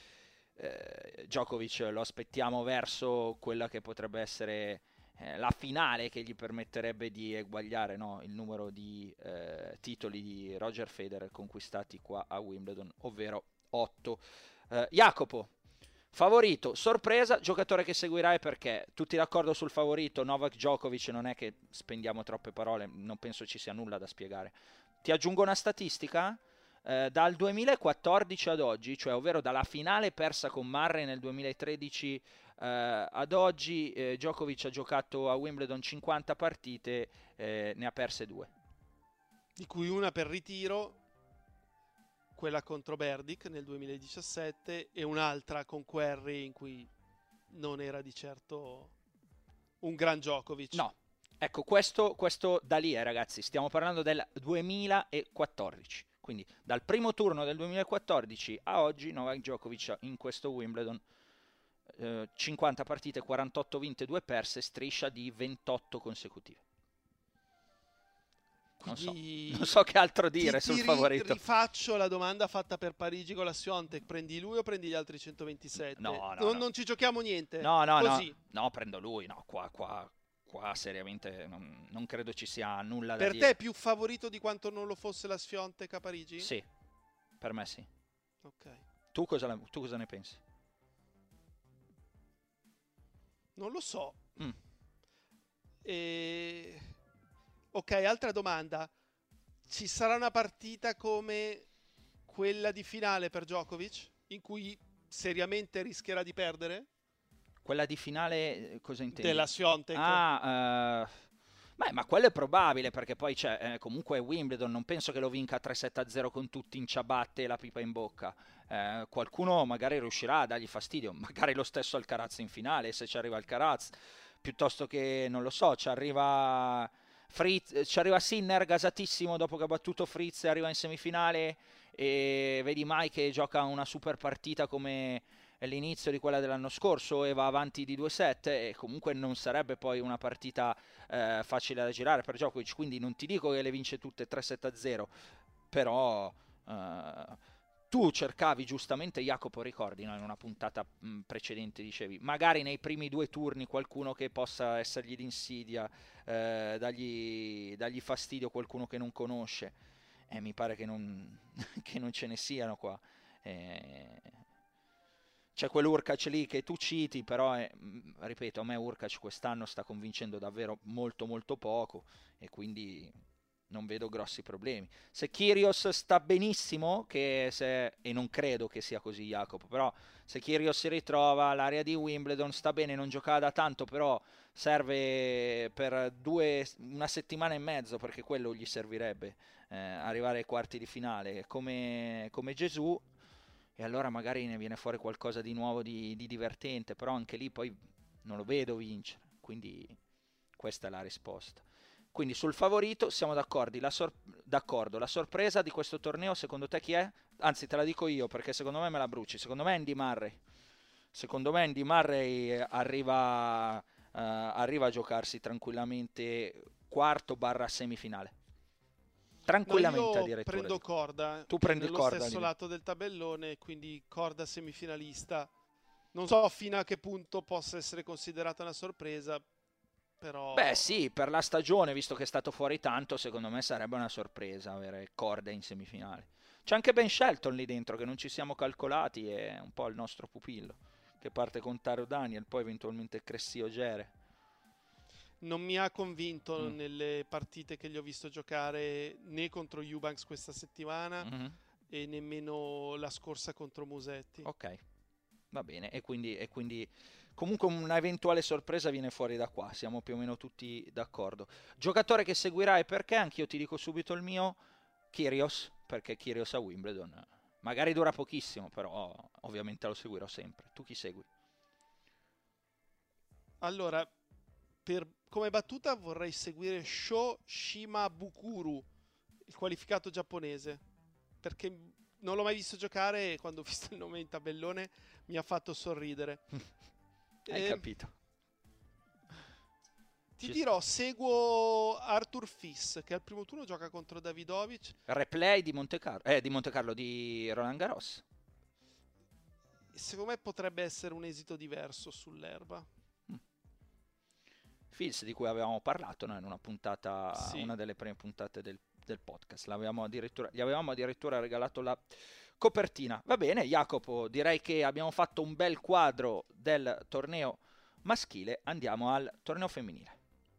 Djokovic lo aspettiamo verso quella che potrebbe essere la finale che gli permetterebbe di eguagliare, no, il numero di titoli di Roger Federer conquistati qua a Wimbledon, ovvero 8. Jacopo, favorito, sorpresa, giocatore che seguirà e perché? Tutti d'accordo sul favorito? Novak Djokovic, non è che spendiamo troppe parole, non penso ci sia nulla da spiegare. Ti aggiungo una statistica. Dal 2014 ad oggi, cioè ovvero dalla finale persa con Murray nel 2013 ad oggi, Djokovic ha giocato a Wimbledon 50 partite, ne ha perse 2. Di cui una per ritiro, quella contro Berdic nel 2017, e un'altra con Querrey in cui non era di certo un gran Djokovic. No, ecco, questo da lì, ragazzi, stiamo parlando del 2014. Quindi dal primo turno del 2014 a oggi Novak Djokovic in questo Wimbledon 50 partite, 48 vinte, 2 perse, striscia di 28 consecutive. Non so che altro dire sul favorito. Rifaccio la domanda fatta per Parigi con la Swiatek: prendi lui o prendi gli altri 127? No. Non ci giochiamo niente. No, prendo lui. No, qua qua seriamente non credo ci sia nulla da Per dire. te è più favorito di quanto non lo fosse la Swiatek a Parigi? Sì, per me sì. Ok. Tu cosa ne pensi? Non lo so. Mm. Ok, altra domanda. Ci sarà una partita come quella di finale per Djokovic, in cui seriamente rischierà di perdere? Quella di finale, cosa intendi? Della Swiatek. Ma quello è probabile, perché poi c'è comunque Wimbledon, non penso che lo vinca 3-7-0 con tutti in ciabatte e la pipa in bocca. Qualcuno magari riuscirà a dargli fastidio, magari lo stesso Alcaraz in finale, se ci arriva Alcaraz, piuttosto che, non lo so, ci arriva Sinner gasatissimo dopo che ha battuto Fritz e arriva in semifinale, e vedi mai che gioca una super partita come l'inizio di quella dell'anno scorso e va avanti di 2-7, e comunque non sarebbe poi una partita facile da girare per Djokovic, quindi non ti dico che le vince tutte 3-7-0, però tu cercavi giustamente, Jacopo, ricordi, no? In una puntata precedente dicevi magari nei primi 2 turni qualcuno che possa essergli d'insidia, dargli fastidio, qualcuno che non conosce, e mi pare che non ce ne siano qua. C'è quell'Urkac lì che tu citi, però ripeto, a me Urkac quest'anno sta convincendo davvero molto molto poco, e quindi non vedo grossi problemi. Se Kyrgios sta benissimo, e non credo che sia così, Jacopo, però se Kyrgios si ritrova all'area di Wimbledon, sta bene, non giocava da tanto, però serve per una settimana e mezzo, perché quello gli servirebbe, arrivare ai quarti di finale come Gesù, e allora magari ne viene fuori qualcosa di nuovo, di divertente, però anche lì poi non lo vedo vincere, quindi questa è la risposta. Quindi sul favorito siamo d'accordo. La sorpresa di questo torneo secondo te chi è? Anzi, te la dico io, perché secondo me la bruci. Secondo me Andy Murray. Secondo me Andy Murray arriva a giocarsi tranquillamente quarto/semifinale. Tranquillamente, io addirittura. prendo corda. Tu prendi nello corda. stesso lato del tabellone, quindi corda semifinalista. Non so fino a che punto possa essere considerata una sorpresa, però... Beh sì, per la stagione, visto che è stato fuori tanto, secondo me sarebbe una sorpresa avere Corda in semifinale. C'è anche Ben Shelton lì dentro, che non ci siamo calcolati, è un po' il nostro pupillo, che parte con Taro Daniel, poi eventualmente Cressio Gere. Non mi ha convinto nelle partite che gli ho visto giocare, né contro Eubanks questa settimana e nemmeno la scorsa contro Musetti. Ok, va bene, e quindi comunque una eventuale sorpresa viene fuori da qua, siamo più o meno tutti d'accordo. Giocatore che seguirai, perché anch'io ti dico subito il mio, Kyrgios, perché Kyrgios a Wimbledon magari dura pochissimo, però ovviamente lo seguirò sempre. Tu chi segui? Allora, come battuta vorrei seguire Sho Shimabukuro, il qualificato giapponese, perché non l'ho mai visto giocare e quando ho visto il nome in tabellone mi ha fatto sorridere. Hai capito? Ti dirò, seguo Arthur Fils, che al primo turno gioca contro Davidovic. Replay di Monte Carlo, di Roland Garros. Secondo me potrebbe essere un esito diverso sull'erba. Fils, di cui avevamo parlato, no? In una puntata, sì. Una delle prime puntate del podcast, gli avevamo addirittura regalato la copertina. Va bene, Jacopo, direi che abbiamo fatto un bel quadro del torneo maschile, andiamo al torneo femminile.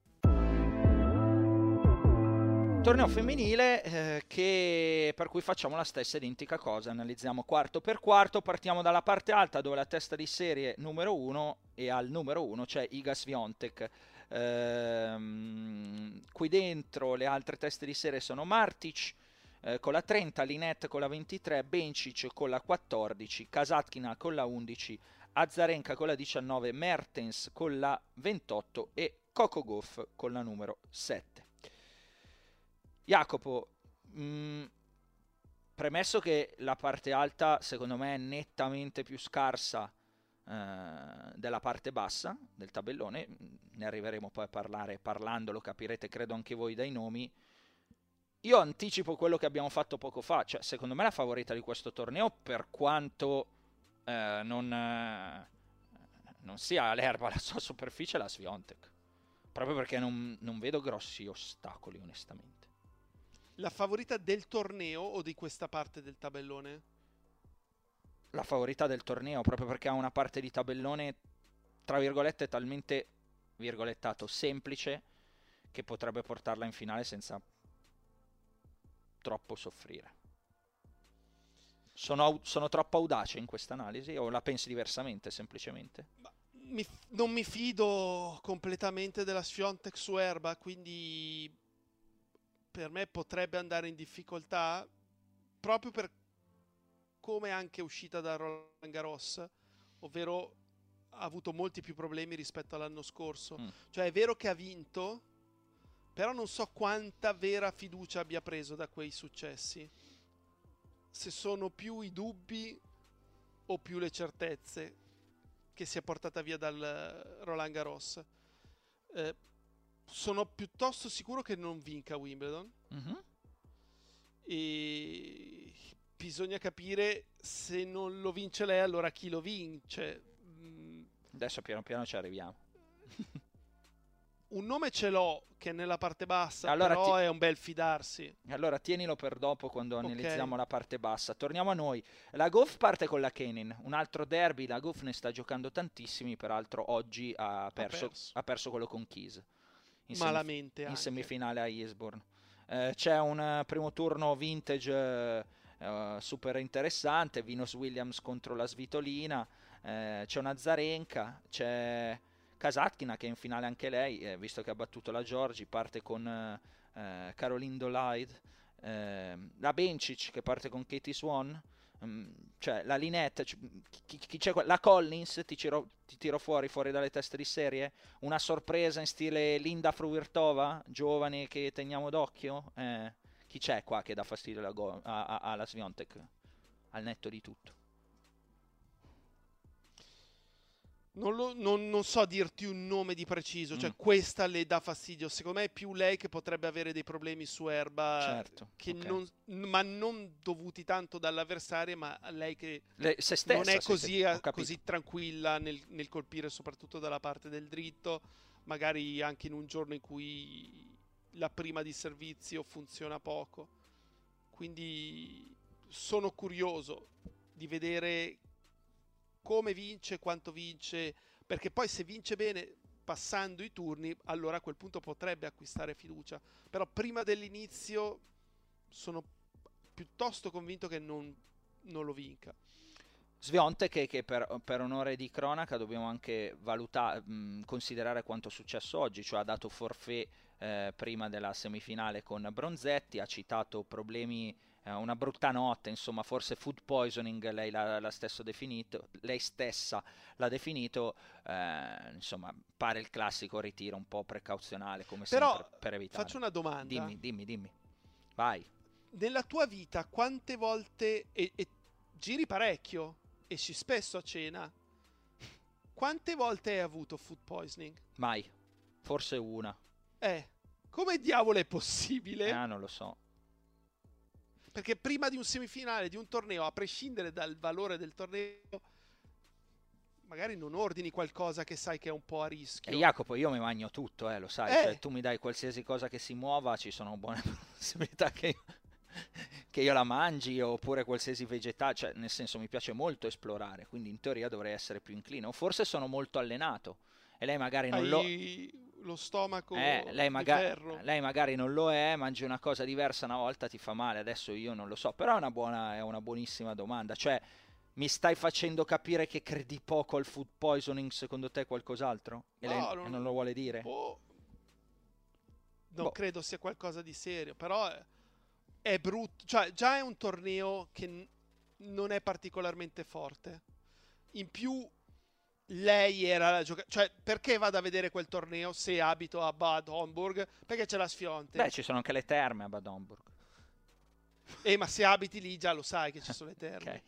Torneo femminile per cui facciamo la stessa identica cosa, analizziamo quarto per quarto, partiamo dalla parte alta dove la testa di serie numero 1, e al numero 1 c'è Iga Swiatek. Qui dentro le altre teste di serie sono Martic con la 30, Linette con la 23, Bencic con la 14, Kasatkina con la 11, Azarenka con la 19, Mertens con la 28 e Coco Gauff con la numero 7. Jacopo, premesso che la parte alta secondo me è nettamente più scarsa della parte bassa del tabellone, ne arriveremo poi a parlare, parlandolo capirete credo anche voi dai nomi. Io anticipo quello che abbiamo fatto poco fa, cioè secondo me la favorita di questo torneo, per quanto non sia l'erba la sua superficie, la Swiatek. proprio perché non vedo grossi ostacoli, onestamente. La favorita del torneo o di questa parte del tabellone? La favorita del torneo, proprio perché ha una parte di tabellone, tra virgolette, talmente, virgolettato, semplice, che potrebbe portarla in finale senza troppo soffrire. Sono troppo audace in questa analisi o la pensi diversamente, semplicemente? Non mi fido completamente della Swiatek su erba, quindi per me potrebbe andare in difficoltà proprio per come è anche uscita da Roland Garros, ovvero ha avuto molti più problemi rispetto all'anno scorso. Cioè è vero che ha vinto, però non so quanta vera fiducia abbia preso da quei successi. Se sono più i dubbi o più le certezze che si è portata via dal Roland Garros. Sono piuttosto sicuro che non vinca Wimbledon. E bisogna capire, se non lo vince lei, allora chi lo vince. Adesso piano piano ci arriviamo. Un nome ce l'ho, che è nella parte bassa, allora però è un bel fidarsi. Allora tienilo per dopo, quando analizziamo la parte bassa. Torniamo a noi. La Gauff parte con la Kenin, un altro derby. La Gauff ne sta giocando tantissimi, peraltro oggi ha perso quello con Keys. Malamente in semifinale a Eastbourne. C'è un primo turno vintage super interessante, Venus Williams contro la Svitolina, c'è una Zarenka, c'è Kasatkina che è in finale anche lei, visto che ha battuto la Giorgi, parte con Caroline Dolide, la Bencic che parte con Katie Swan, cioè la Linette, chi c'è la Collins, ti tiro fuori dalle teste di serie, una sorpresa in stile Linda Fruvirtova, giovane che teniamo d'occhio, chi c'è qua che dà fastidio alla Swiatek al netto di tutto? Non so dirti un nome di preciso, cioè questa le dà fastidio. Secondo me è più lei che potrebbe avere dei problemi su erba, certo, che okay. non dovuti tanto dall'avversaria, ma lei che se stessa, non è così tranquilla nel colpire, soprattutto dalla parte del dritto, magari anche in un giorno in cui la prima di servizio funziona poco. Quindi sono curioso di vedere come vince, quanto vince, perché poi se vince bene passando i turni, allora a quel punto potrebbe acquistare fiducia. Però prima dell'inizio sono piuttosto convinto che non lo vinca. Swiatek che per onore di cronaca dobbiamo anche considerare quanto è successo oggi, cioè ha dato forfait prima della semifinale con Bronzetti, ha citato problemi, una brutta notte, insomma forse food poisoning lei stessa l'ha definito, insomma pare il classico ritiro un po' precauzionale come però, sempre per evitare. Faccio una domanda. Dimmi, vai. Nella tua vita quante volte, e giri parecchio, esci spesso a cena, quante volte hai avuto food poisoning? Mai, forse una. Come diavolo è possibile? Non lo so. Perché prima di un semifinale, di un torneo, a prescindere dal valore del torneo, magari non ordini qualcosa che sai che è un po' a rischio. E Jacopo, io mi mangio tutto, lo sai. Cioè, tu mi dai qualsiasi cosa che si muova, ci sono buone possibilità che io la mangi, oppure qualsiasi vegetale. Cioè, nel senso, mi piace molto esplorare, quindi in teoria dovrei essere più inclino. Forse sono molto allenato e lei magari non lo stomaco lei magari non lo è, mangi una cosa diversa una volta, ti fa male, adesso io non lo so, però è una buonissima domanda. Cioè, mi stai facendo capire che credi poco al food poisoning, secondo te qualcos'altro? E lei non lo vuole dire? Non credo sia qualcosa di serio, però è brutto, cioè già è un torneo che non è particolarmente forte, in più lei era la cioè perché vado a vedere quel torneo se abito a Bad Homburg? Perché c'è la Swiatek. Beh, ci sono anche le terme a Bad Homburg. Ma se abiti lì già lo sai che ci sono le terme.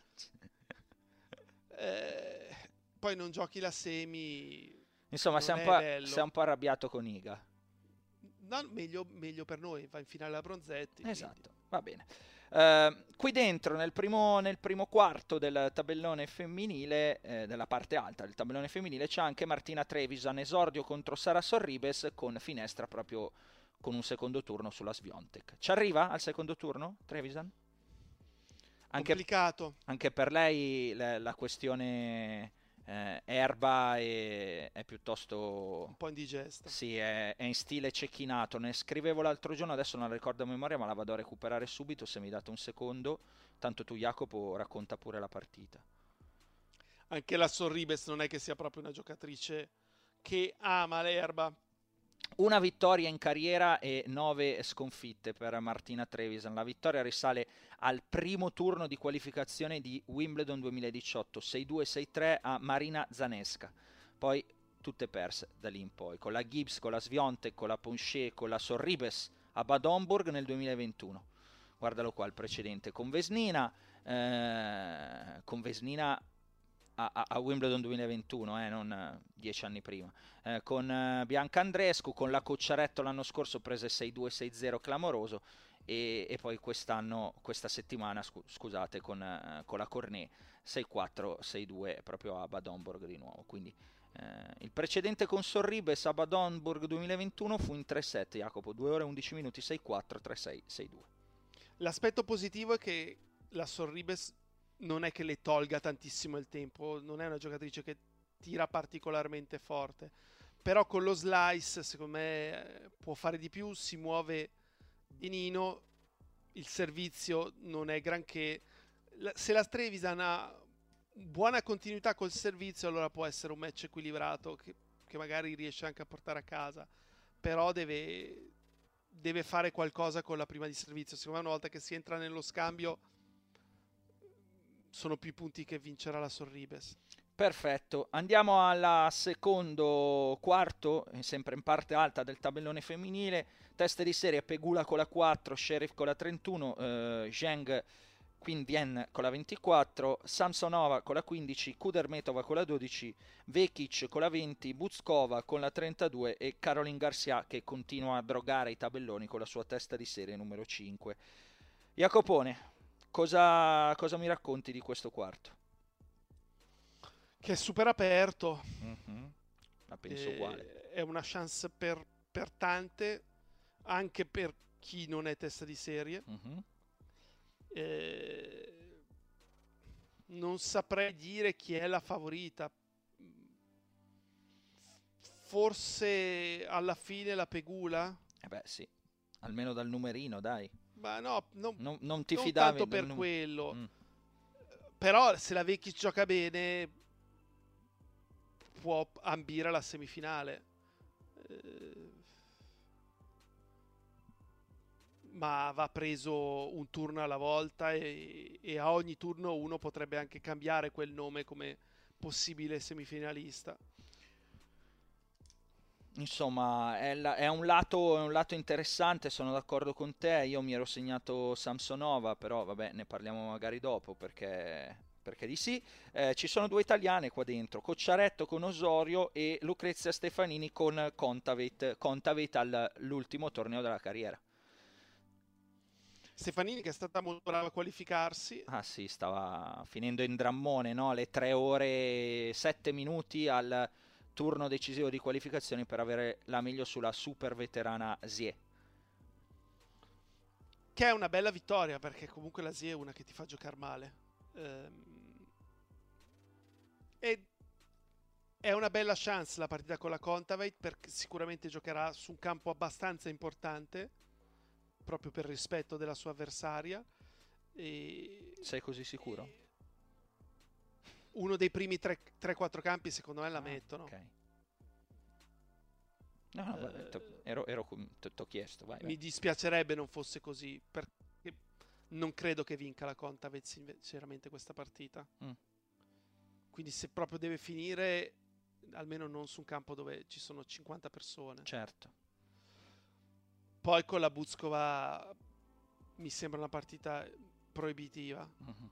Poi non giochi la semi. Insomma, sei un po' arrabbiato con Iga. No, meglio per noi, va in finale la Bronzetti. Esatto. Quindi. Va bene. Qui dentro, nel primo quarto del tabellone femminile, della parte alta del tabellone femminile, c'è anche Martina Trevisan, esordio contro Sara Sorribes, con finestra proprio con un secondo turno sulla Swiatek. Ci arriva al secondo turno, Trevisan? Complicato. Anche per lei la questione erba è piuttosto... un po' indigesta. Sì, è in stile cecchinato. Ne scrivevo l'altro giorno, adesso non la ricordo a memoria, ma la vado a recuperare subito se mi date un secondo. Tanto tu, Jacopo, racconta pure la partita. Anche la Sorribes non è che sia proprio una giocatrice che ama l'erba. Una vittoria in carriera e 9 sconfitte per Martina Trevisan. La vittoria risale al primo turno di qualificazione di Wimbledon 2018, 6-2, 6-3 a Marina Zanesca. Poi tutte perse da lì in poi, con la Gibbs, con la Swiatek, con la Ponché, con la Sorribes a Bad Homburg nel 2021. Guardalo qua il precedente con Vesnina a Wimbledon 2021, non 10 anni prima, con Bianca Andreescu, con la Cocciaretto l'anno scorso prese 6-2, 6-0 clamoroso, e poi questa settimana, scusate, con la Cornet 6-4, 6-2 proprio a Bad Homburg di nuovo. Quindi il precedente con Sorribes a Bad Homburg 2021 fu in 3-7, Jacopo, 2 ore e 11 minuti, 6-4, 3-6, 6-2. L'aspetto positivo è che la Sorribes non è che le tolga tantissimo il tempo, non è una giocatrice che tira particolarmente forte, però con lo slice secondo me può fare di più, si muove benino, il servizio non è granché. Se la Trevisan ha buona continuità col servizio, allora può essere un match equilibrato che magari riesce anche a portare a casa, però deve fare qualcosa con la prima di servizio. Secondo me una volta che si entra nello scambio sono più punti che vincerà la Sorribes. Perfetto, andiamo al secondo quarto, sempre in parte alta del tabellone femminile. Teste di serie: Pegula con la 4, Sheriff con la 31, Zheng Qindian con la 24, Samsonova con la 15, Kudermetova con la 12, Vekic con la 20, Buzkova con la 32 e Caroline Garcia che continua a drogare i tabelloni con la sua testa di serie numero 5. Jacopone, cosa mi racconti di questo quarto? Che è super aperto. La penso uguale. È una chance per tante, anche per chi non è testa di serie. Non saprei dire chi è la favorita. Forse alla fine la Pegula? Beh sì, almeno dal numerino, dai. Ma no, non ti non fidavi tanto per quello. Però se la Vecchi gioca bene può ambire alla semifinale. Ma va preso un turno alla volta e a ogni turno uno potrebbe anche cambiare quel nome come possibile semifinalista. Insomma, è un lato interessante, sono d'accordo con te. Io mi ero segnato Samsonova, però vabbè, ne parliamo magari dopo perché di sì. Ci sono due italiane qua dentro, Cocciaretto con Osorio e Lucrezia Stefanini con Kontaveit all'ultimo torneo della carriera. Stefanini che è stata molto brava a qualificarsi. Ah sì, stava finendo in drammone, no? Le 3 ore e 7 minuti al turno decisivo di qualificazioni per avere la meglio sulla super veterana Zie. Che è una bella vittoria, perché comunque la Zie è una che ti fa giocare male. E è una bella chance la partita con la Kontaveit, perché sicuramente giocherà su un campo abbastanza importante, proprio per rispetto della sua avversaria. Sei così sicuro? Uno dei primi 3-4 campi secondo me la mettono. Okay. No, t'ho chiesto. Vai. Mi dispiacerebbe non fosse così, perché non credo che vinca la Kontaveit sinceramente questa partita. Quindi se proprio deve finire, almeno non su un campo dove ci sono 50 persone. Certo. Poi con la Buzkova mi sembra una partita proibitiva.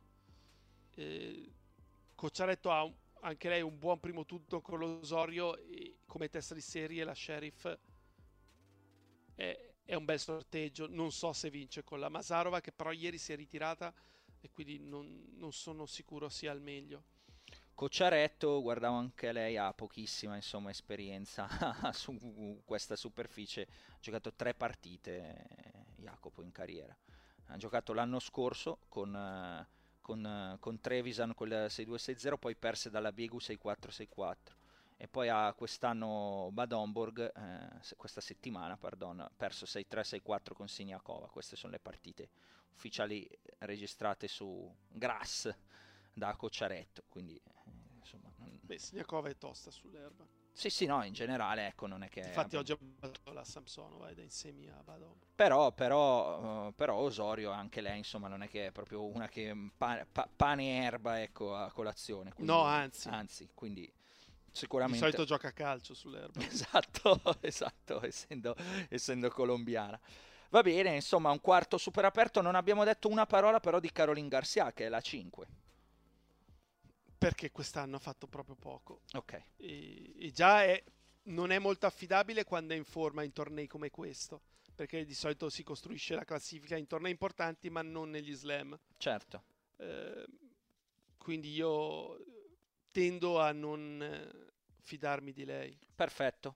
Cocciaretto ha anche lei un buon primo tutto con l'Osorio, e come testa di serie la Sheriff è è un bel sorteggio. Non so se vince con la Masarova, che però ieri si è ritirata e quindi non sono sicuro sia al meglio. Cocciaretto, guardavo anche lei, ha pochissima insomma esperienza su questa superficie, ha giocato 3 partite Jacopo in carriera, ha giocato l'anno scorso con Trevisan con il 6-2-6-0, poi perse dalla Biegu 6-4-6-4 e poi ha quest'anno Bad Homburg, questa settimana pardon, perso 6-3-6-4 con Siniakova. Queste sono le partite ufficiali registrate su Grass da Cocciaretto, quindi insomma Beh, Siniakova è tosta sull'erba. sì, no, in generale, ecco, non è che Infatti oggi ha battuto la Samsonova ed è in semi a Badom. però Osorio anche lei, insomma, non è che è proprio una che pane e erba, ecco, a colazione, quindi, No, anzi, quindi di sicuramente solito gioca a calcio sull'erba. esatto, essendo colombiana. Va bene, insomma, un quarto super aperto. Non abbiamo detto una parola però di Caroline Garcia, che è la 5. Perché quest'anno ha fatto proprio poco. Ok. E già non è molto affidabile quando è in forma in tornei come questo. Perché di solito si costruisce la classifica in tornei importanti, ma non negli slam. Certo. Quindi io tendo a non fidarmi di lei. Perfetto.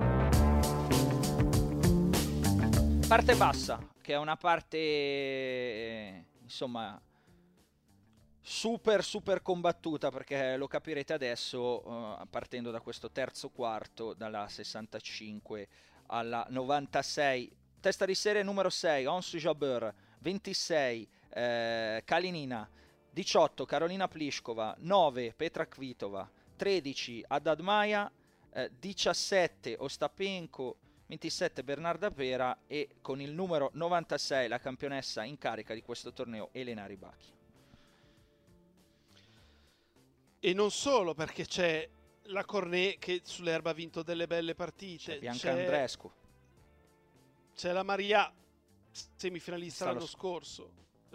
Parte bassa, che è una parte insomma super combattuta, perché lo capirete adesso, partendo da questo terzo quarto, dalla 65 alla 96. Testa di serie numero 6 Ons Jabeur, 26 Kalinina, 18 Karolina Pliskova, 9 Petra Kvitova, 13 Haddad Maia, 17 Ostapenko, 27 Bernarda Pera e con il numero 96 la campionessa in carica di questo torneo Elena Rybakina. E non solo, perché c'è la Cornet che sull'erba ha vinto delle belle partite. C'è Bianca Andreescu. C'è la Maria, semifinalista l'anno scorso.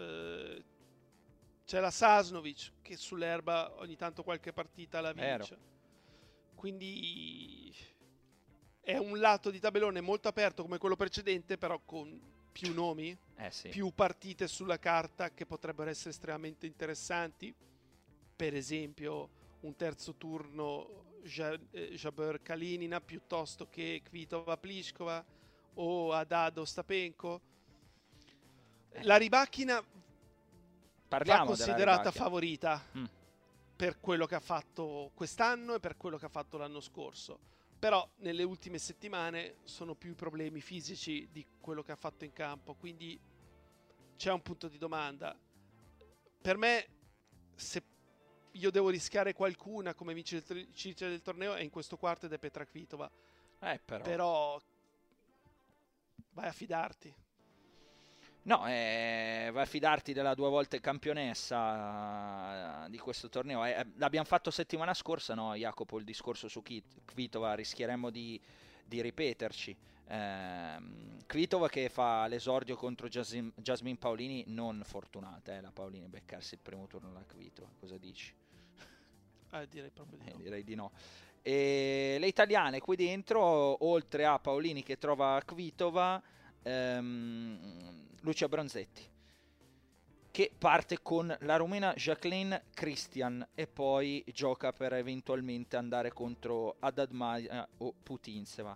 C'è la Sasnovic che sull'erba ogni tanto qualche partita la vince. Quindi è un lato di tabellone molto aperto come quello precedente, però con più nomi, sì. più partite sulla carta che potrebbero essere estremamente interessanti. Per esempio un terzo turno Jabeur Kalinina piuttosto che Kvitova Pliskova o Haddad Ostapenko. La Rybakina va considerata favorita per quello che ha fatto quest'anno e per quello che ha fatto l'anno scorso, però nelle ultime settimane sono più i problemi fisici di quello che ha fatto in campo, quindi c'è un punto di domanda. Per me, se io devo rischiare qualcuna come vincitrice del torneo è in questo quarto ed è Petra Kvitova. Però vai a fidarti. No, vai a fidarti della 2 volte campionessa di questo torneo. L'abbiamo fatto settimana scorsa, no, Jacopo, il discorso su Kvitova, rischieremmo di ripeterci. Kvitova che fa l'esordio contro Jasmine Paolini, non fortunata, la Paolini beccarsi il primo turno alla Kvitova, cosa dici? Direi proprio di no. Direi di no. E le italiane qui dentro, oltre a Paolini che trova Kvitova, Lucia Bronzetti che parte con la rumena Jacqueline Christian e poi gioca per eventualmente andare contro Haddad Maia o Putintseva.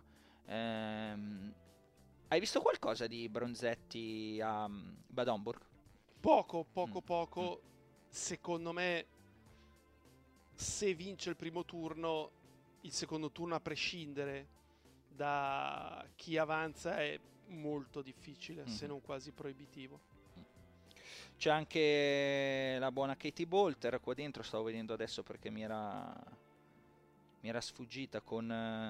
Hai visto qualcosa di Bronzetti a Bad Homburg? Poco. Secondo me, se vince il primo turno, il secondo turno, a prescindere da chi avanza, è molto difficile, se non quasi proibitivo. C'è anche la buona Katie Bolter qua dentro, stavo vedendo adesso perché mi era sfuggita con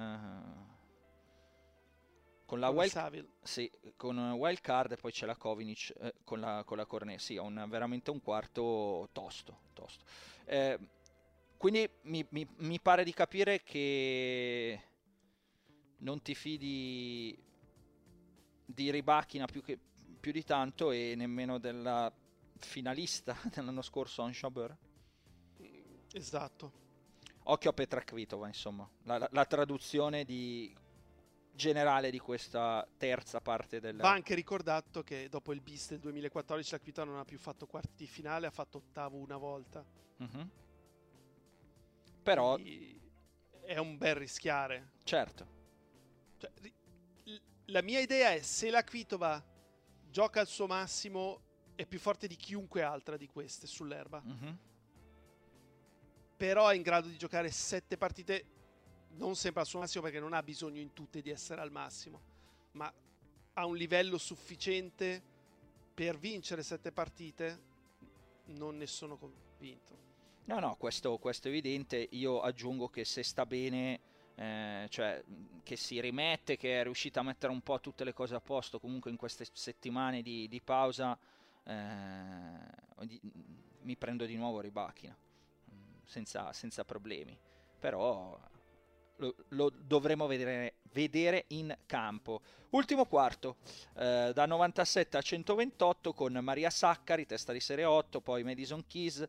la con wild card, e poi c'è la Kovinic con la Cornet. Sì, veramente un quarto tosto. Quindi mi pare di capire che non ti fidi di Rybakina più di tanto e nemmeno della finalista dell'anno scorso, Ons Jabeur. Esatto. Occhio a Petra Kvitova, insomma, la traduzione di generale di questa terza parte del... Va anche ricordato che dopo il bis del 2014 la Quito non ha più fatto quarti di finale, ha fatto ottavo una volta. Mhm. Però... Quindi è un bel rischiare. Certo. Cioè, la mia idea è, se la Kvitova gioca al suo massimo, è più forte di chiunque altra di queste sull'erba. Mhm. Però è in grado di giocare 7 partite, non sempre al suo massimo, perché non ha bisogno in tutte di essere al massimo, ma ha un livello sufficiente per vincere 7 partite. Non ne sono convinto. No, questo è evidente. Io aggiungo che se sta bene, cioè che si rimette, che è riuscita a mettere un po' tutte le cose a posto comunque in queste settimane di pausa, mi prendo di nuovo Rybakina senza problemi. Però lo dovremo vedere in campo. Ultimo quarto, da 97 a 128 con Maria Sakkari, testa di serie 8, poi Madison Keys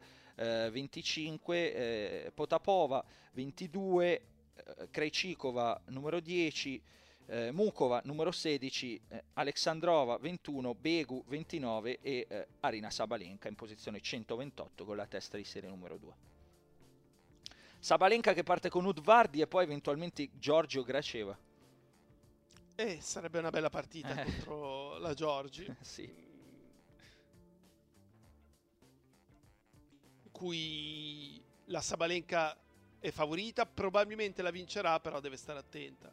25, Potapova 22, Krejcikova numero 10, Mukova numero 16, Alexandrova 21, Begu 29 e Aryna Sabalenka in posizione 128 con la testa di serie numero 2. Sabalenka che parte con Udvardi e poi eventualmente Giorgio Graceva. Sarebbe una bella partita contro la Giorgi. Sì. Cui la Sabalenka è favorita, probabilmente la vincerà, però deve stare attenta.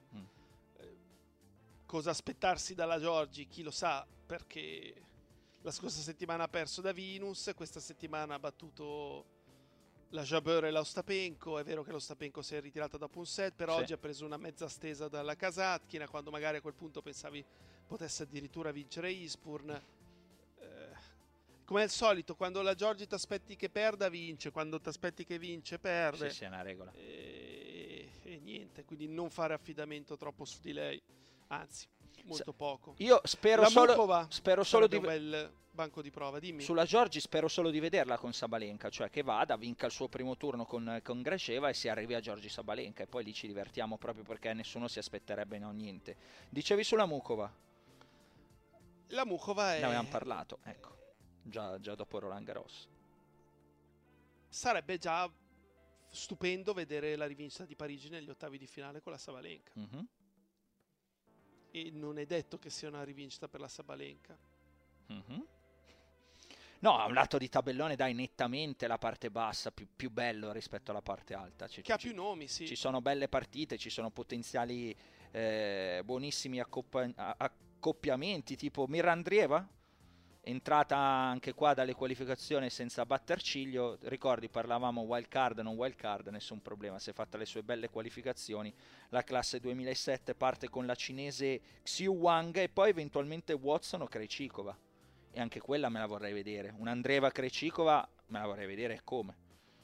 Cosa aspettarsi dalla Giorgi, chi lo sa, perché la scorsa settimana ha perso da Venus, questa settimana ha battuto la Jabeur e l'Ostapenko. È vero che l'Ostapenko si è ritirata dopo un set, però Sì. oggi ha preso una mezza stesa dalla Kasatkina, quando magari a quel punto pensavi potesse addirittura vincere Ispurn. Come al solito, quando la Giorgi ti aspetti che perda, vince, quando ti aspetti che vince, perde. Sì, è una regola. E niente, quindi non fare affidamento troppo su di lei, anzi, molto poco. Io spero La solo, Mukova spero solo di un bel banco di prova, dimmi. sulla Giorgi spero solo di vederla con Sabalenka, cioè che vada, vinca il suo primo turno con Graceva e si arrivi a Giorgi Sabalenka, e poi lì ci divertiamo, proprio perché nessuno si aspetterebbe niente. Dicevi sulla Mukova? La Mukova Ne avevamo parlato, ecco, già dopo Roland Garros. sarebbe già stupendo vedere la rivincita di Parigi negli ottavi di finale con la Sabalenka. Mhm. E non è detto che sia una rivincita per la Sabalenka. Mhm. No, a un lato di tabellone dai nettamente la parte bassa più bello rispetto alla parte alta. Che ha più nomi, sì. Ci sono belle partite, ci sono potenziali buonissimi accoppiamenti, tipo Mirandrieva, entrata anche qua dalle qualificazioni senza batter ciglio. Ricordi, parlavamo wild card, non wild card, nessun problema, si è fatta le sue belle qualificazioni. La classe 2007 parte con la cinese Xiu Wang e poi eventualmente Watson o Krejcikova, e anche quella me la vorrei vedere. Un'Andreeva Krejcikova me la vorrei vedere, come?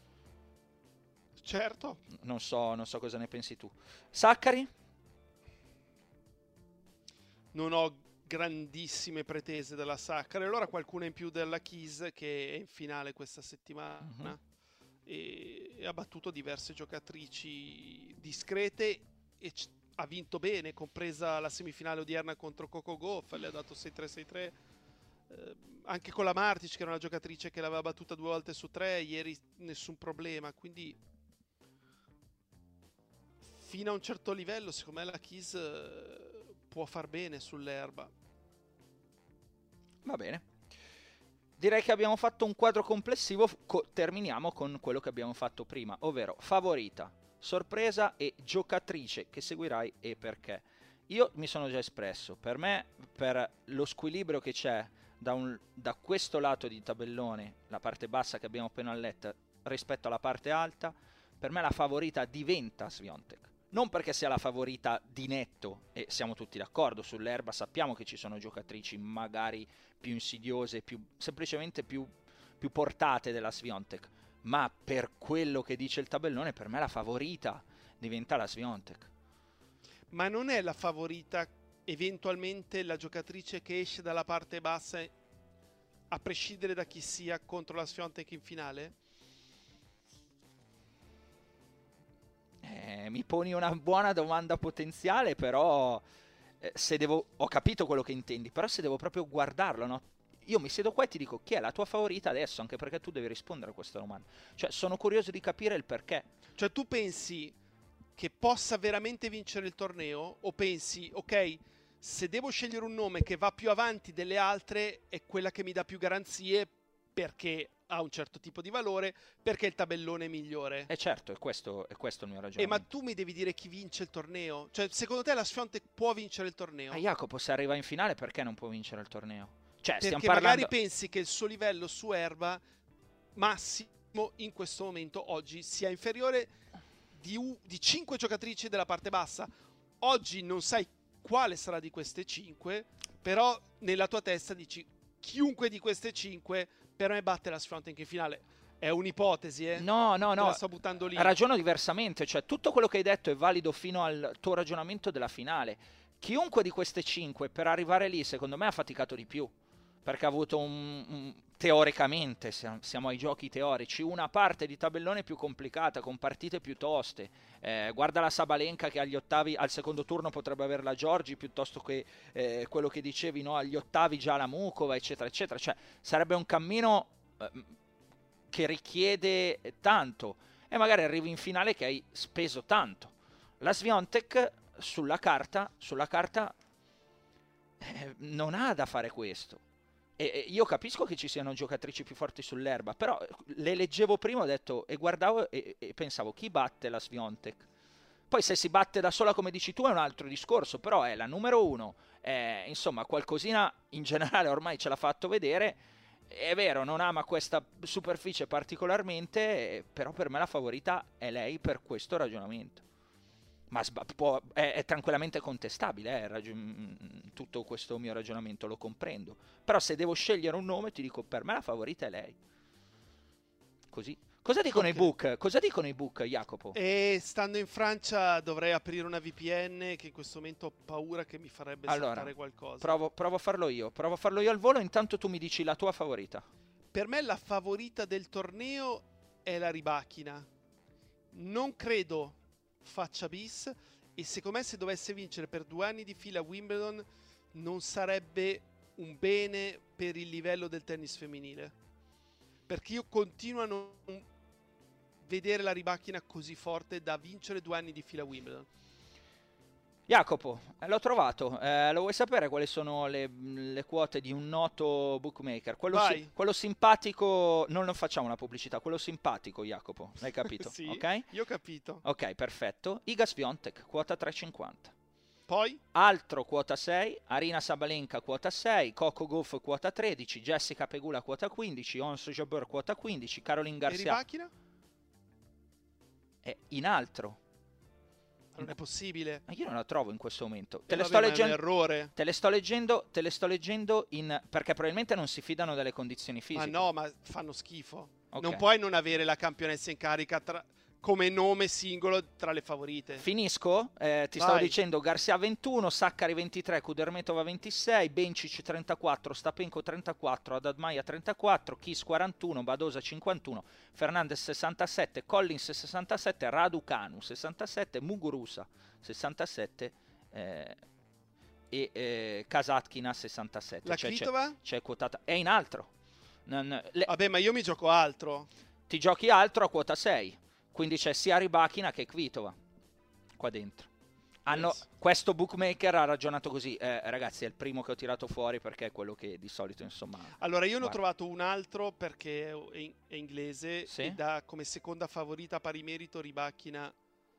Certo. Non so cosa ne pensi tu. Sakkari? Non ho grandissime pretese della Sakkari, allora qualcuna in più della Keys, che è in finale questa settimana. E ha battuto diverse giocatrici discrete e ha vinto bene, compresa la semifinale odierna contro Coco Gauff, le ha dato 6-3, 6-3. Anche con la Martic, che era una giocatrice che l'aveva battuta 2 volte su 3, ieri nessun problema, quindi fino a un certo livello secondo me la Keys può far bene sull'erba. Va bene. Direi che abbiamo fatto un quadro complessivo. Terminiamo con quello che abbiamo fatto prima, ovvero favorita, sorpresa e giocatrice che seguirai e perché. Io mi sono già espresso. Per me, per lo squilibrio che c'è da questo lato di tabellone, la parte bassa che abbiamo appena letto, rispetto alla parte alta, per me la favorita diventa Swiatek. Non perché sia la favorita di netto, e siamo tutti d'accordo, sull'erba sappiamo che ci sono giocatrici magari più insidiose, semplicemente più portate della Swiatek, ma per quello che dice il tabellone, per me la favorita diventa la Swiatek. Ma non è la favorita eventualmente la giocatrice che esce dalla parte bassa, a prescindere da chi sia, contro la Swiatek in finale? Mi poni una buona domanda potenziale, però ho capito quello che intendi, però se devo proprio guardarlo, no? Io mi siedo qua e ti dico chi è la tua favorita adesso, anche perché tu devi rispondere a questa domanda. Cioè, sono curioso di capire il perché. Cioè, tu pensi che possa veramente vincere il torneo, o pensi, ok, se devo scegliere un nome che va più avanti delle altre è quella che mi dà più garanzie perché ha un certo tipo di valore, perché il tabellone è migliore? Certo, è questo il mio ragionamento. Ma tu mi devi dire chi vince il torneo? Cioè, secondo te la Sfiontek può vincere il torneo? Jacopo, se arriva in finale, perché non può vincere il torneo? Cioè, perché stiamo parlando... magari pensi che il suo livello su erba massimo in questo momento oggi sia inferiore di 5 giocatrici della parte bassa. Oggi non sai quale sarà di queste 5, però nella tua testa dici chiunque di queste 5 per me batte la Sfiontek in finale. È un'ipotesi, eh? No. La sto buttando lì. Ragiono diversamente, cioè tutto quello che hai detto è valido fino al tuo ragionamento della finale. Chiunque di queste 5 per arrivare lì, secondo me, ha faticato di più. Perché ha avuto teoricamente, siamo ai giochi teorici, una parte di tabellone più complicata, con partite più toste. Guarda la Sabalenka che agli ottavi, al secondo turno potrebbe avere la Giorgi, piuttosto che quello che dicevi, no? Agli ottavi già la Mukova, eccetera, eccetera. Cioè, sarebbe un cammino che richiede tanto, e magari arrivi in finale che hai speso tanto. La Swiatek sulla carta non ha da fare questo. E io capisco che ci siano giocatrici più forti sull'erba, però le leggevo prima, ho detto, e guardavo e pensavo, chi batte la Swiatek? Poi se si batte da sola, come dici tu, è un altro discorso, però è la numero 1, insomma qualcosina in generale ormai ce l'ha fatto vedere. È vero, non ama questa superficie particolarmente, però per me la favorita è lei per questo ragionamento. Ma è tranquillamente contestabile, tutto questo mio ragionamento, lo comprendo. Però se devo scegliere un nome, ti dico, per me la favorita è lei. Così. Cosa dicono i book? Cosa dicono i book, Jacopo? E stando in Francia dovrei aprire una VPN, che in questo momento ho paura che mi farebbe saltare qualcosa. Provo a farlo io. Provo a farlo io al volo, intanto tu mi dici la tua favorita. Per me la favorita del torneo è la Rybakina. Non credo faccia bis, e secondo me se dovesse vincere per 2 anni di fila Wimbledon non sarebbe un bene per il livello del tennis femminile, perché io continuo a non vedere la Rybakina così forte da vincere 2 anni di fila Wimbledon. Jacopo, l'ho trovato. Lo vuoi sapere quali sono le quote di un noto bookmaker? Quello simpatico, non lo facciamo una pubblicità, quello simpatico, Jacopo, l'hai capito? Sì, okay? Io ho capito. Ok, perfetto. Iga Swiatek, quota 3,50. Poi? Altro quota 6, Arina Sabalenka quota 6, Coco Gauff quota 13, Jessica Pegula quota 15, Ons Jabeur quota 15, Caroline Garcia. E Rybakina? È in altro. Non è possibile. Ma io non la trovo in questo momento. Te le sto leggendo. È un errore. Te le sto leggendo perché probabilmente non si fidano delle condizioni fisiche. Ma no, ma fanno schifo. Okay. Non puoi non avere la campionessa in carica come nome singolo tra le favorite. Finisco? Ti stavo dicendo Garcia 21, Sakkari 23, Kudermetova 26, Bencic 34, Stapenko 34, Adadmaia 34, Kiss 41, Badosa 51, Fernandez 67, Collins 67, Raducanu 67, Muguruza 67 e Kasatkina 67. La Kvitova? C'è quotata. È in altro. Vabbè, ma io mi gioco altro. Ti giochi altro a quota 6. Quindi c'è sia Rybakina che Kvitova qua dentro. Questo bookmaker ha ragionato così. Ragazzi, è il primo che ho tirato fuori perché è quello che di solito, insomma... Allora, io ne ho trovato un altro perché è inglese, sì? E dà come seconda favorita pari merito Rybakina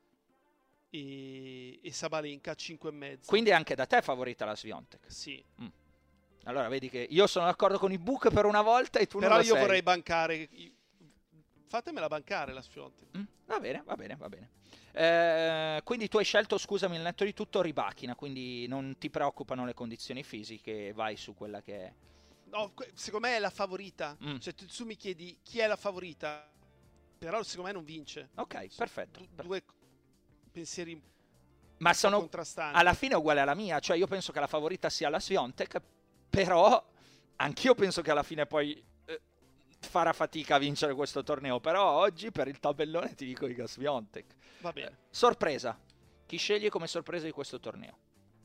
e Sabalenka 5,5. Quindi anche da te è favorita la Swiatek? Sì. Allora vedi che io sono d'accordo con i book per una volta e tu non lo sei. Però io vorrei bancare... Fatemela bancare la Swiatek. Va bene. Quindi tu hai scelto, scusami, il netto di tutto Rybakina, quindi non ti preoccupano le condizioni fisiche, vai su quella che è. No, secondo me è la favorita. Cioè tu mi chiedi chi è la favorita, però secondo me non vince. Ok, perfetto. Due pensieri ma sono contrastanti. Alla fine uguale alla mia, cioè io penso che la favorita sia la Swiatek, però anch'io penso che alla fine poi farà fatica a vincere questo torneo, però oggi per il tabellone ti dico Iga Swiatek. Va bene. Sorpresa. Chi scegli come sorpresa di questo torneo?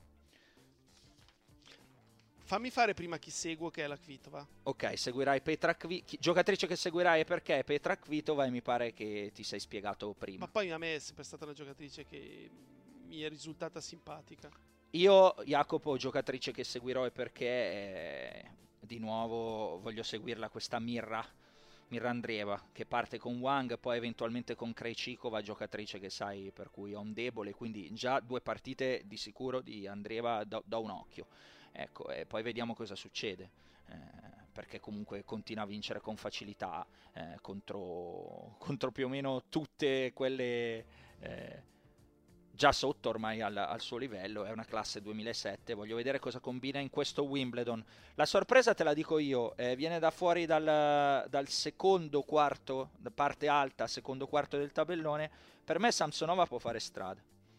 Fammi fare prima chi seguo, che è la Kvitova. Ok, seguirai Petra Kvitova. Giocatrice che seguirai è perché è Petra Kvitova, e mi pare che ti sei spiegato prima. Ma poi a me è sempre stata una giocatrice che mi è risultata simpatica. Io, Jacopo, giocatrice che seguirò è perché di nuovo voglio seguirla questa Mirra Andreeva, che parte con Wang, poi eventualmente con Krejcikova, giocatrice che sai per cui ho un debole, quindi già 2 partite di sicuro di Andreeva da un occhio. Ecco, e poi vediamo cosa succede, perché comunque continua a vincere con facilità contro più o meno tutte quelle già sotto ormai al suo livello. È una classe 2007, voglio vedere cosa combina in questo Wimbledon. La sorpresa te la dico io, viene da fuori dal secondo quarto, da parte alta, secondo quarto del tabellone. Per me Samsonova può fare strada.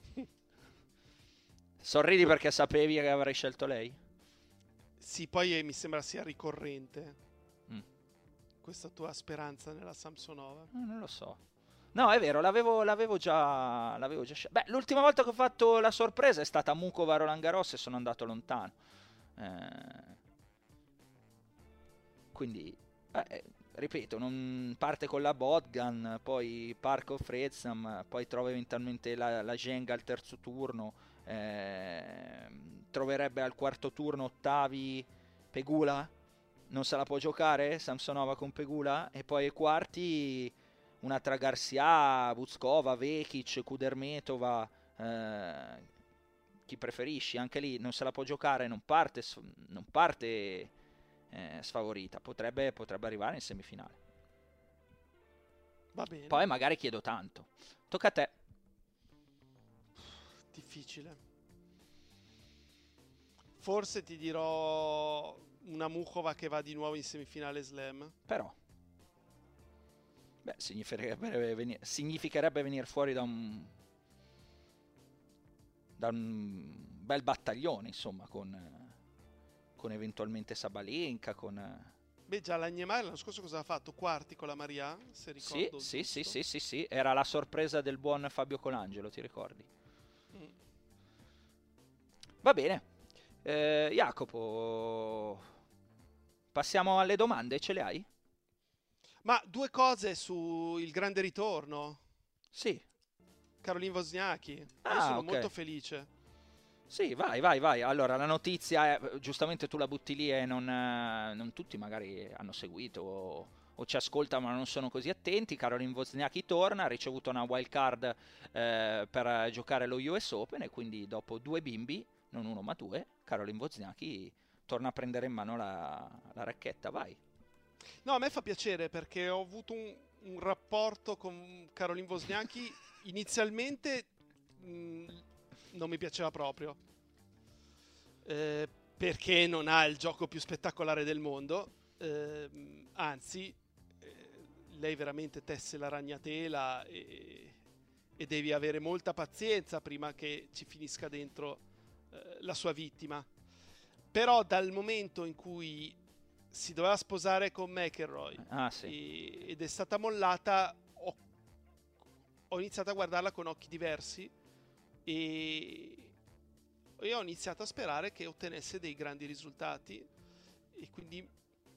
Sorridi perché sapevi che avrei scelto lei? Sì, poi mi sembra sia ricorrente questa tua speranza nella Samsonova. Non lo so. No, è vero, l'avevo già scelto. Beh, l'ultima volta che ho fatto la sorpresa è stata Mukova Roland Garros e sono andato lontano. Quindi, ripeto, non parte con la Botgan, poi Parkov Fredsam, poi trova eventualmente la Zheng al terzo turno, troverebbe al quarto turno ottavi Pegula, non se la può giocare Samsonova con Pegula, e poi ai quarti una tra Garcia, Vuckova, Vekic, Kudermetova, chi preferisci, anche lì non se la può giocare, non parte sfavorita, potrebbe arrivare in semifinale. Va bene. Poi magari chiedo tanto. Tocca a te. Difficile. Forse ti dirò una Mukova che va di nuovo in semifinale slam. Però significherebbe venire fuori da un bel battaglione, insomma, con eventualmente Sabalenka, con... Beh, già la Niemeyer l'anno scorso cosa ha fatto? Quarti con la Maria, se ricordo Sì, era la sorpresa del buon Fabio Colangelo, ti ricordi? Va bene. Jacopo, passiamo alle domande, ce le hai? Ma 2 cose su il grande ritorno. Sì. Caroline Wozniacki. Io sono molto felice. Sì, vai. Allora, la notizia è, giustamente tu la butti lì e non tutti magari hanno seguito o ci ascoltano ma non sono così attenti. Caroline Wozniacki torna, ha ricevuto una wild card per giocare lo US Open, e quindi dopo 2 bimbi, non 1 ma 2, Caroline Wozniacki torna a prendere in mano la racchetta. Vai. No, a me fa piacere perché ho avuto un rapporto con Caroline Wozniacki. Inizialmente non mi piaceva proprio, perché non ha il gioco più spettacolare del mondo, anzi lei veramente tesse la ragnatela e devi avere molta pazienza prima che ci finisca dentro la sua vittima. Però dal momento in cui si doveva sposare con McElroy ed è stata mollata, ho iniziato a guardarla con occhi diversi e ho iniziato a sperare che ottenesse dei grandi risultati, e quindi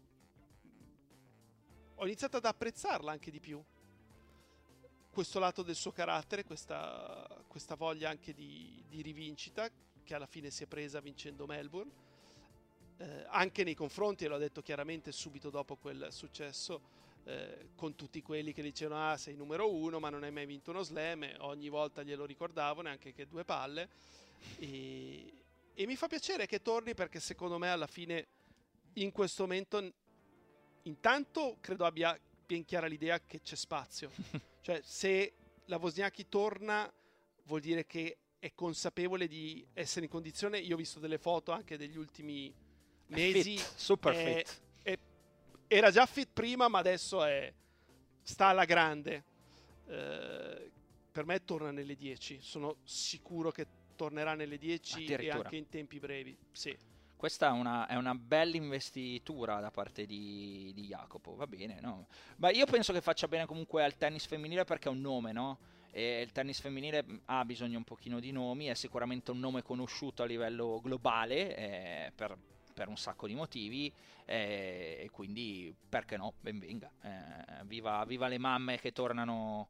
ho iniziato ad apprezzarla anche di più, questo lato del suo carattere, questa voglia anche di rivincita che alla fine si è presa vincendo Melbourne, anche nei confronti, e l'ho detto chiaramente subito dopo quel successo, con tutti quelli che dicevano sei numero 1 ma non hai mai vinto uno slam, ogni volta glielo ricordavo, neanche che 2 palle, e mi fa piacere che torni, perché secondo me alla fine in questo momento intanto credo abbia ben chiara l'idea che c'è spazio. Cioè, se la Wozniacki torna vuol dire che è consapevole di essere in condizione. Io ho visto delle foto anche degli ultimi mesi, super fit. Era già fit prima, ma adesso sta alla grande. Per me torna nelle 10. Sono sicuro che tornerà nelle 10 e anche in tempi brevi. Sì. Questa è una bella investitura da parte di Jacopo, va bene, no? Ma io penso che faccia bene comunque al tennis femminile perché è un nome, no? E il tennis femminile ha bisogno un pochino di nomi, è sicuramente un nome conosciuto a livello globale per un sacco di motivi, e quindi perché no, ben venga. Viva le mamme che tornano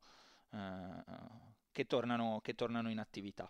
in attività.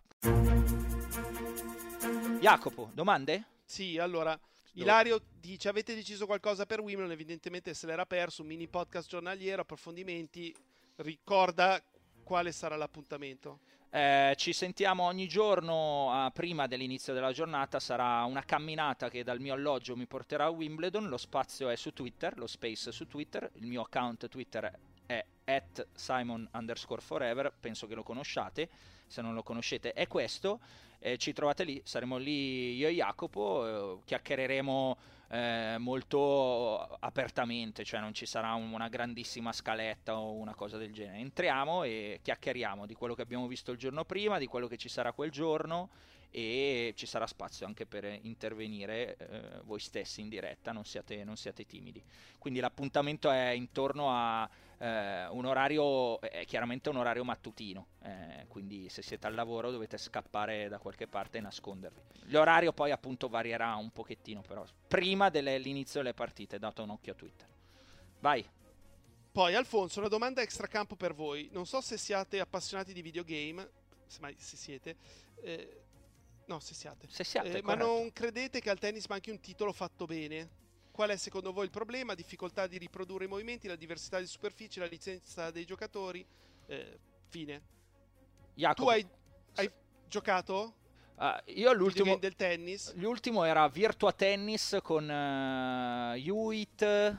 Jacopo, domande? Sì, allora, Ilario dice: avete deciso qualcosa per Wimbledon? Evidentemente se l'era perso, un mini podcast giornaliero, approfondimenti, ricorda quale sarà l'appuntamento? Ci sentiamo ogni giorno prima dell'inizio della giornata, sarà una camminata che dal mio alloggio mi porterà a Wimbledon, lo spazio è su Twitter, lo space su Twitter, il mio account Twitter è @Simon_forever, penso che lo conosciate, se non lo conoscete è questo. Ci trovate lì, saremo lì io e Jacopo, chiacchiereremo molto apertamente, cioè non ci sarà una grandissima scaletta o una cosa del genere. Entriamo e chiacchieriamo di quello che abbiamo visto il giorno prima, di quello che ci sarà quel giorno, e ci sarà spazio anche per intervenire voi stessi in diretta, non siate timidi. Quindi l'appuntamento è intorno a un orario, chiaramente un orario mattutino, quindi se siete al lavoro dovete scappare da qualche parte e nascondervi. L'orario poi appunto varierà un pochettino, però prima dell'inizio delle partite, date un occhio a Twitter. Vai. Poi Alfonso, una domanda extracampo per voi. Non so se siate appassionati di videogame, se siete, no, se siate, ma non credete che al tennis manchi un titolo fatto bene? Qual è secondo voi il problema? Difficoltà di riprodurre i movimenti, la diversità di superficie, la licenza dei giocatori? Fine. Jacopo, Tu hai giocato? Io l'ultimo del tennis? L'ultimo era Virtua Tennis con Hewitt.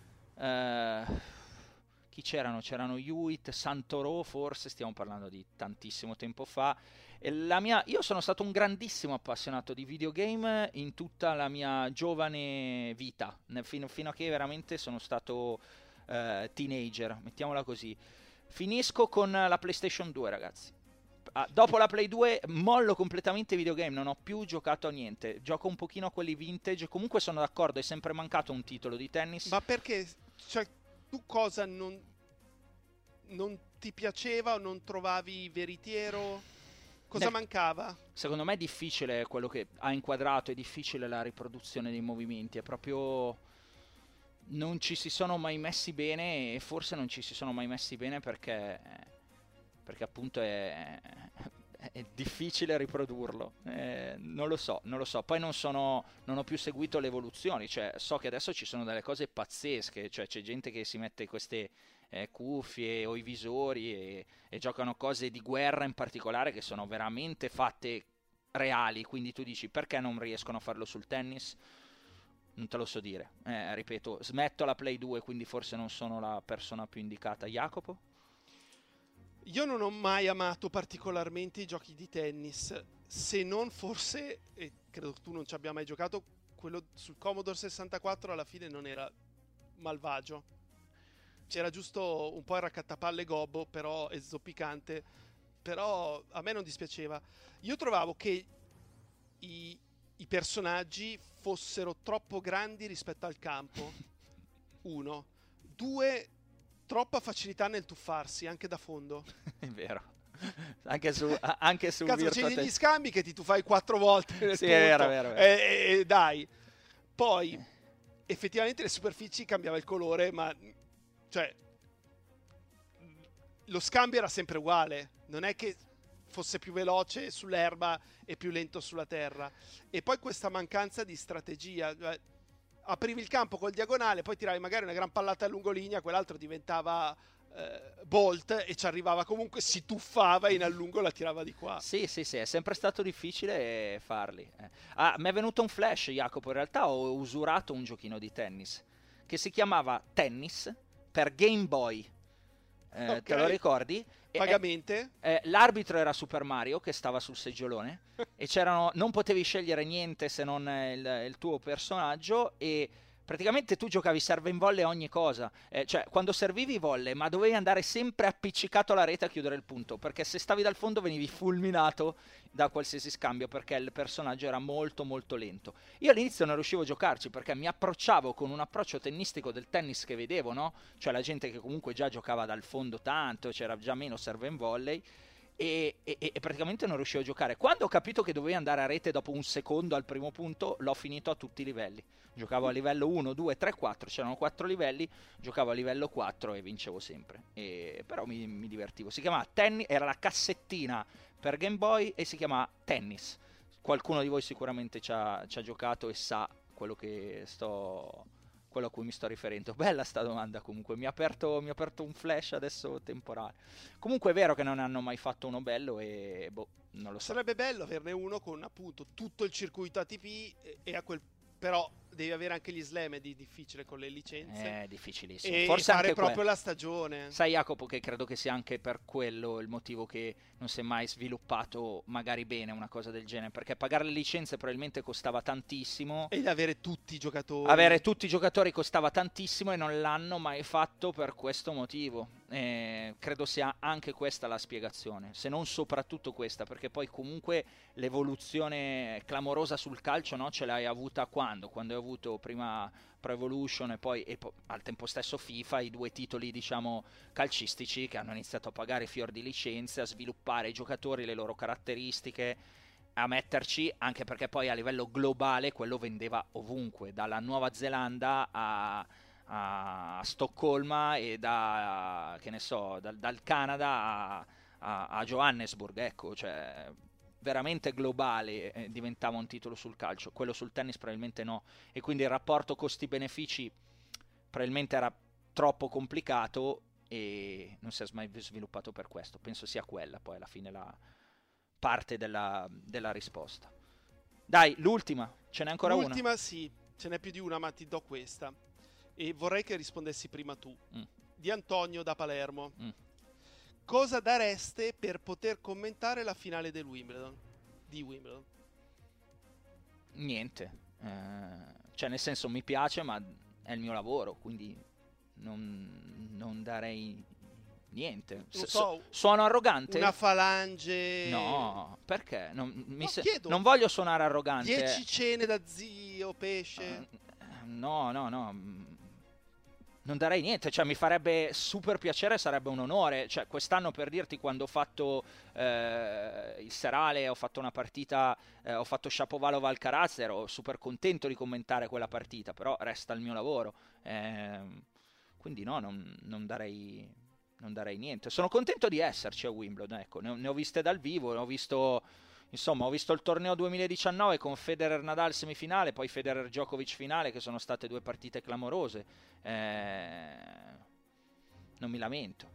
Chi c'erano? C'erano Hewitt, Santoro, forse, stiamo parlando di tantissimo tempo fa. Io sono stato un grandissimo appassionato di videogame in tutta la mia giovane vita, fino a che veramente sono stato teenager, mettiamola così. Finisco con la PlayStation 2, ragazzi. Dopo la Play 2 mollo completamente i videogame, non ho più giocato a niente. Gioco un pochino a quelli vintage. Comunque sono d'accordo, è sempre mancato un titolo di tennis. Ma perché? Cioè, tu cosa non ti piaceva o non trovavi veritiero? Cosa mancava? Secondo me è difficile quello che ha inquadrato, è difficile la riproduzione dei movimenti, è proprio... non ci si sono mai messi bene, e forse non ci si sono mai messi bene perché appunto è difficile riprodurlo. Non lo so. Poi non ho più seguito le evoluzioni, cioè so che adesso ci sono delle cose pazzesche, cioè c'è gente che si mette queste cuffie o i visori e giocano cose di guerra in particolare che sono veramente fatte reali, quindi tu dici perché non riescono a farlo sul tennis? Non te lo so dire, ripeto, smetto la Play 2, quindi forse non sono la persona più indicata. Jacopo? Io non ho mai amato particolarmente i giochi di tennis, se non forse, e credo che tu non ci abbia mai giocato, quello sul Commodore 64 alla fine non era malvagio. C'era giusto un po' il raccattapalle gobbo, però e zoppicante, però a me non dispiaceva. Io trovavo che i personaggi fossero troppo grandi rispetto al campo. 1. 2. Troppa facilità nel tuffarsi, anche da fondo. È vero. Anche su Cazzo, Virtua c'è gli scambi che ti tufai 4 volte nel sì, punto. È vero. Dai. Poi, effettivamente le superfici cambiava il colore, ma... cioè... lo scambio era sempre uguale. Non è che fosse più veloce sull'erba e più lento sulla terra. E poi questa mancanza di strategia... aprivi il campo col diagonale, poi tiravi magari una gran pallata a lungolinea, quell'altro diventava Bolt e ci arrivava comunque, si tuffava e in allungo la tirava di qua. Sì, è sempre stato difficile farli. Mi è venuto un flash, Jacopo, in realtà ho usurato un giochino di tennis che si chiamava Tennis per Game Boy. Okay. Te lo ricordi? Vagamente. L'arbitro era Super Mario che stava sul seggiolone e non potevi scegliere niente se non il tuo personaggio, e praticamente tu giocavi serve in volley ogni cosa, cioè quando servivi volley, ma dovevi andare sempre appiccicato alla rete a chiudere il punto, perché se stavi dal fondo venivi fulminato da qualsiasi scambio, perché il personaggio era molto molto lento. Io all'inizio non riuscivo a giocarci perché mi approcciavo con un approccio tennistico del tennis che vedevo, no? Cioè la gente che comunque già giocava dal fondo tanto, c'era già meno serve in volley, e praticamente non riuscivo a giocare. Quando ho capito che dovevi andare a rete dopo un secondo al primo punto, l'ho finito a tutti i livelli. Giocavo a livello 1, 2, 3, 4, c'erano 4 livelli, giocavo a livello 4 e vincevo sempre. Però mi divertivo. Si chiamava Tennis, era la cassettina per Game Boy e si chiama Tennis. Qualcuno di voi sicuramente ci ha giocato e sa quello a cui mi sto riferendo. Bella sta domanda comunque, mi ha aperto un flash adesso temporale. Comunque è vero che non hanno mai fatto uno bello e non lo so. Sarebbe bello averne uno con appunto tutto il circuito ATP e a quel però devi avere anche gli slam, è difficile con le licenze. È difficilissimo. E forse fare anche proprio la stagione. Sai Jacopo che credo che sia anche per quello il motivo che non si è mai sviluppato magari bene una cosa del genere, perché pagare le licenze probabilmente costava tantissimo. E avere tutti i giocatori. Avere tutti i giocatori costava tantissimo e non l'hanno mai fatto per questo motivo. Credo sia anche questa la spiegazione, se non soprattutto questa, perché poi comunque l'evoluzione clamorosa sul calcio, no? Ce l'hai avuta quando hai avuto prima Pro Evolution e poi al tempo stesso FIFA, i due titoli diciamo calcistici che hanno iniziato a pagare fior di licenze, a sviluppare i giocatori, le loro caratteristiche, a metterci, anche perché poi a livello globale quello vendeva ovunque, dalla Nuova Zelanda a Stoccolma e dal Canada a Johannesburg, ecco, cioè veramente globale diventava un titolo sul calcio. Quello sul tennis probabilmente no, e quindi il rapporto costi-benefici probabilmente era troppo complicato e non si è mai sviluppato per questo. Penso sia quella poi alla fine la parte della risposta. Dai, l'ultima, ce n'è ancora una? L'ultima sì, ce n'è più di una, ma ti do questa e vorrei che rispondessi prima tu. Di Antonio da Palermo. Cosa dareste per poter commentare la finale di Wimbledon? Niente, cioè nel senso mi piace, ma è il mio lavoro, quindi non darei niente. Suono arrogante? Una falange? No, perché? Chiedo. Non voglio suonare arrogante. 10 cene da zio pesce? No, non darei niente, cioè mi farebbe super piacere, sarebbe un onore. Cioè quest'anno, per dirti, quando ho fatto il serale, ho fatto una partita, ho fatto Shapovalov Alcaraz, ero super contento di commentare quella partita, però resta il mio lavoro, quindi no, non darei niente. Sono contento di esserci a Wimbledon, ecco, ne ho viste dal vivo, ho visto il torneo 2019 con Federer Nadal semifinale, poi Federer Djokovic finale, che sono state due partite clamorose. Non mi lamento.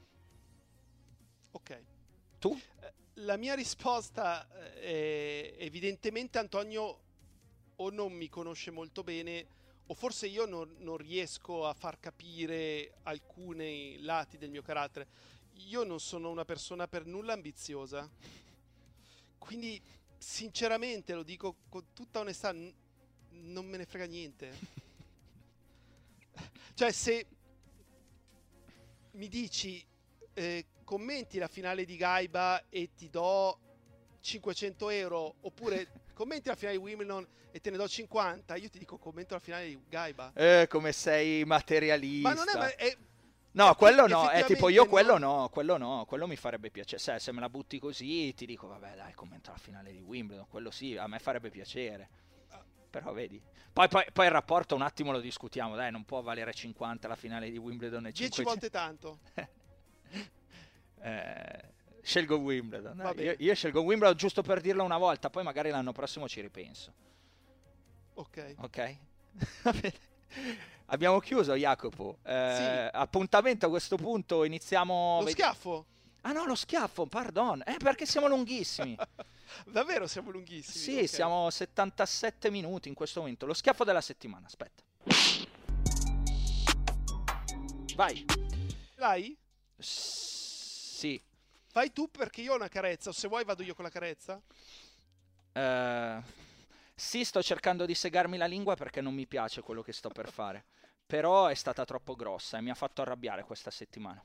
Ok. Tu? La mia risposta è evidentemente Antonio o non mi conosce molto bene, o forse io non riesco a far capire alcuni lati del mio carattere. Io non sono una persona per nulla ambiziosa. Quindi, sinceramente, lo dico con tutta onestà, non me ne frega niente. Cioè, se mi dici commenti la finale di Gaiba e ti do 500 euro, oppure commenti la finale di Wimbledon e te ne do 50, io ti dico commento la finale di Gaiba. Come sei materialista. Ma non è... No, quello no, è tipo io quello no, quello mi farebbe piacere. Se me la butti così ti dico vabbè dai, commenta la finale di Wimbledon, quello sì, a me farebbe piacere. Però vedi. Poi il rapporto un attimo lo discutiamo, dai, non può valere 50 la finale di Wimbledon e 10 volte tanto. Scelgo Wimbledon. Io scelgo Wimbledon giusto per dirlo una volta, poi magari l'anno prossimo ci ripenso. Ok. Va bene. Abbiamo chiuso, Jacopo. Sì. Appuntamento a questo punto, iniziamo... Lo schiaffo? Ah no, lo schiaffo, pardon. Perché siamo lunghissimi. Davvero siamo lunghissimi? Sì, okay. Siamo 77 minuti in questo momento. Lo schiaffo della settimana, aspetta. Vai. L'hai? Sì. Fai tu perché io ho una carezza, o se vuoi vado io con la carezza? Sì, sto cercando di segarmi la lingua perché non mi piace quello che sto per fare, però è stata troppo grossa e mi ha fatto arrabbiare questa settimana.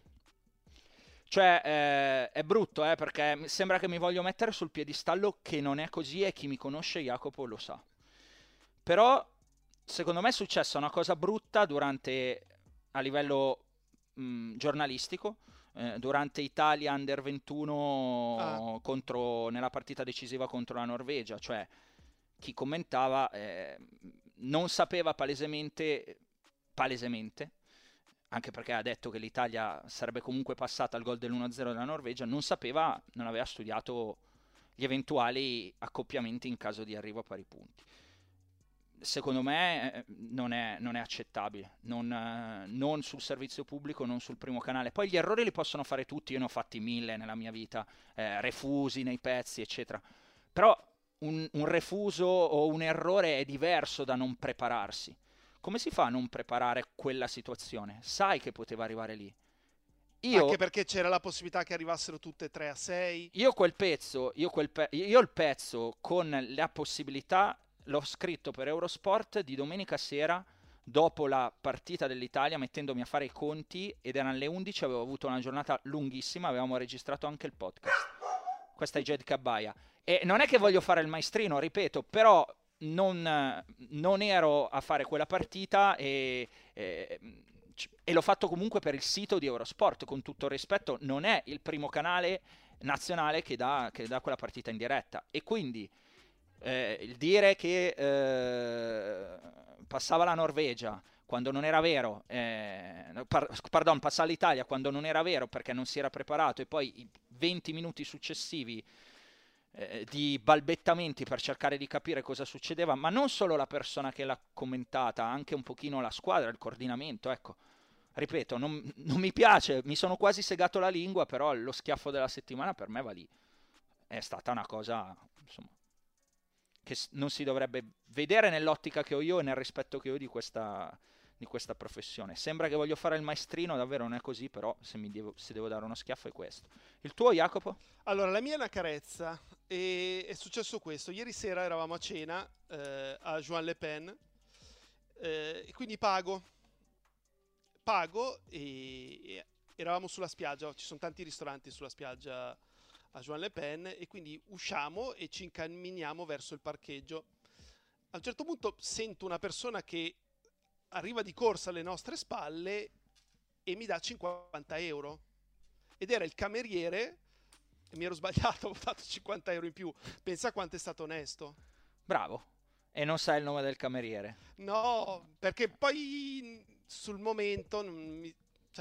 Cioè, è brutto, perché sembra che mi voglio mettere sul piedistallo, che non è così, e chi mi conosce, Jacopo, lo sa. Però, secondo me è successa una cosa brutta a livello giornalistico, durante Italia Under 21 nella partita decisiva contro la Norvegia. Cioè, chi commentava non sapeva palesemente, anche perché ha detto che l'Italia sarebbe comunque passata al gol dell'1-0 della Norvegia, non aveva studiato gli eventuali accoppiamenti in caso di arrivo a pari punti. Secondo me non è accettabile, non sul servizio pubblico, non sul primo canale. Poi gli errori li possono fare tutti, io ne ho fatti 1000 nella mia vita, refusi nei pezzi, eccetera. Però un refuso o un errore è diverso da non prepararsi. Come si fa a non preparare quella situazione? Sai che poteva arrivare lì. Anche perché c'era la possibilità che arrivassero tutte 3-6. Io il pezzo con la possibilità l'ho scritto per Eurosport di domenica sera, dopo la partita dell'Italia, mettendomi a fare i conti, ed erano le 11, avevo avuto una giornata lunghissima, avevamo registrato anche il podcast. Questa è Jed Cabaya. E non è che voglio fare il maestrino, ripeto, però non ero a fare quella partita e l'ho fatto comunque per il sito di Eurosport. Con tutto il rispetto, non è il primo canale nazionale che dà quella partita in diretta, e quindi il dire che passava la Norvegia quando non era vero, passava l'Italia quando non era vero perché non si era preparato, e poi i 20 minuti successivi di balbettamenti per cercare di capire cosa succedeva, ma non solo la persona che l'ha commentata, anche un pochino la squadra, il coordinamento. Ecco, ripeto, non mi piace, mi sono quasi segato la lingua, però lo schiaffo della settimana per me va lì. È stata una cosa, insomma, che non si dovrebbe vedere nell'ottica che ho io e nel rispetto che ho di questa professione. Sembra che voglio fare il maestrino, davvero non è così, però se devo dare uno schiaffo è questo. Il tuo, Jacopo? Allora, la mia è una carezza, e è successo questo. Ieri sera eravamo a cena a Juan Le Pen, e quindi pago e eravamo sulla spiaggia. Ci sono tanti ristoranti sulla spiaggia a Juan Le Pen, e quindi usciamo e ci incamminiamo verso il parcheggio. A un certo punto sento una persona che arriva di corsa alle nostre spalle e mi dà 50 euro, ed era il cameriere. E mi ero sbagliato, ho dato 50 euro in più. Pensa quanto è stato onesto. Bravo. E non sai il nome del cameriere? No, perché poi sul momento me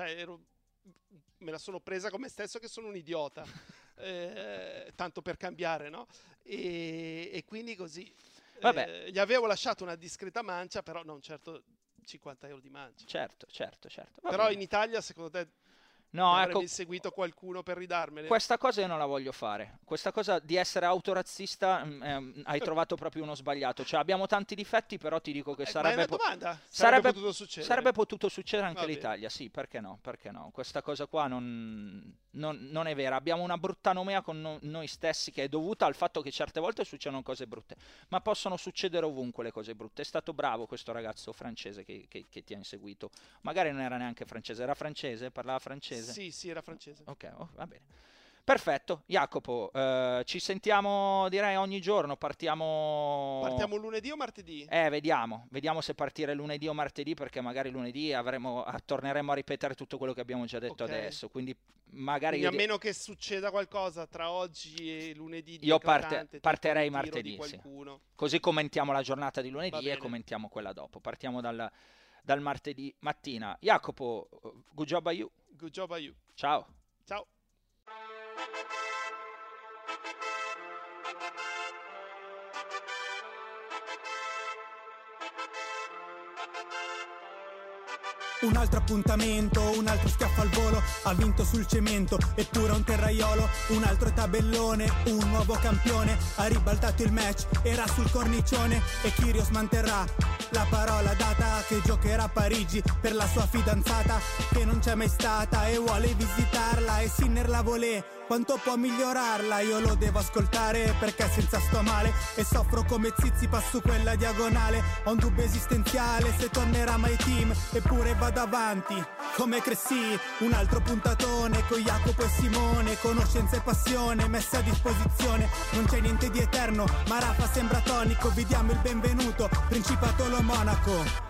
la sono presa con me stesso che sono un idiota. Tanto per cambiare, no? E quindi così. Vabbè. Gli avevo lasciato una discreta mancia, però non certo 50 euro di mancia. Certo. Però in Italia, secondo te, no, avrebbe seguito qualcuno per ridarmele? Questa cosa io non la voglio fare. Questa cosa di essere autorazzista, hai trovato proprio uno sbagliato. Cioè, abbiamo tanti difetti, però ti dico che sarebbe potuto succedere. Sarebbe potuto succedere anche all'Italia, sì, perché no? Questa cosa qua non è vera. Abbiamo una brutta nomea con noi stessi, che è dovuta al fatto che certe volte succedono cose brutte, ma possono succedere ovunque le cose brutte. È stato bravo questo ragazzo francese che ti ha inseguito. Magari non era neanche francese, era francese? Parlava francese? Sì, era francese. Ok, va bene. Perfetto, Jacopo, ci sentiamo direi ogni giorno, partiamo lunedì o martedì? Vediamo se partire lunedì o martedì, perché magari lunedì torneremo a ripetere tutto quello che abbiamo già detto adesso, quindi magari... a meno che succeda qualcosa tra oggi e lunedì, io partirei martedì, sì. Così commentiamo la giornata di lunedì e commentiamo quella dopo. Partiamo dal martedì mattina. Jacopo, good job a you. Good job a you. Ciao. Ciao. Un altro appuntamento, un altro schiaffo al volo, ha vinto sul cemento, eppure un terraiolo, un altro tabellone, un nuovo campione, ha ribaltato il match, era sul cornicione e Kyrgios manterrà la parola data che giocherà a Parigi per la sua fidanzata che non c'è mai stata e vuole visitarla, e Sinner la volè Quanto può migliorarla? Io lo devo ascoltare perché senza sto male e soffro come Zizipas su quella diagonale. Ho un dubbio esistenziale se tornerà mai team, eppure vado avanti come Cressy. Un altro puntatone con Jacopo e Simone, conoscenza e passione messa a disposizione. Non c'è niente di eterno, ma Rafa sembra tonico. Vi diamo il benvenuto, Principatolo Monaco.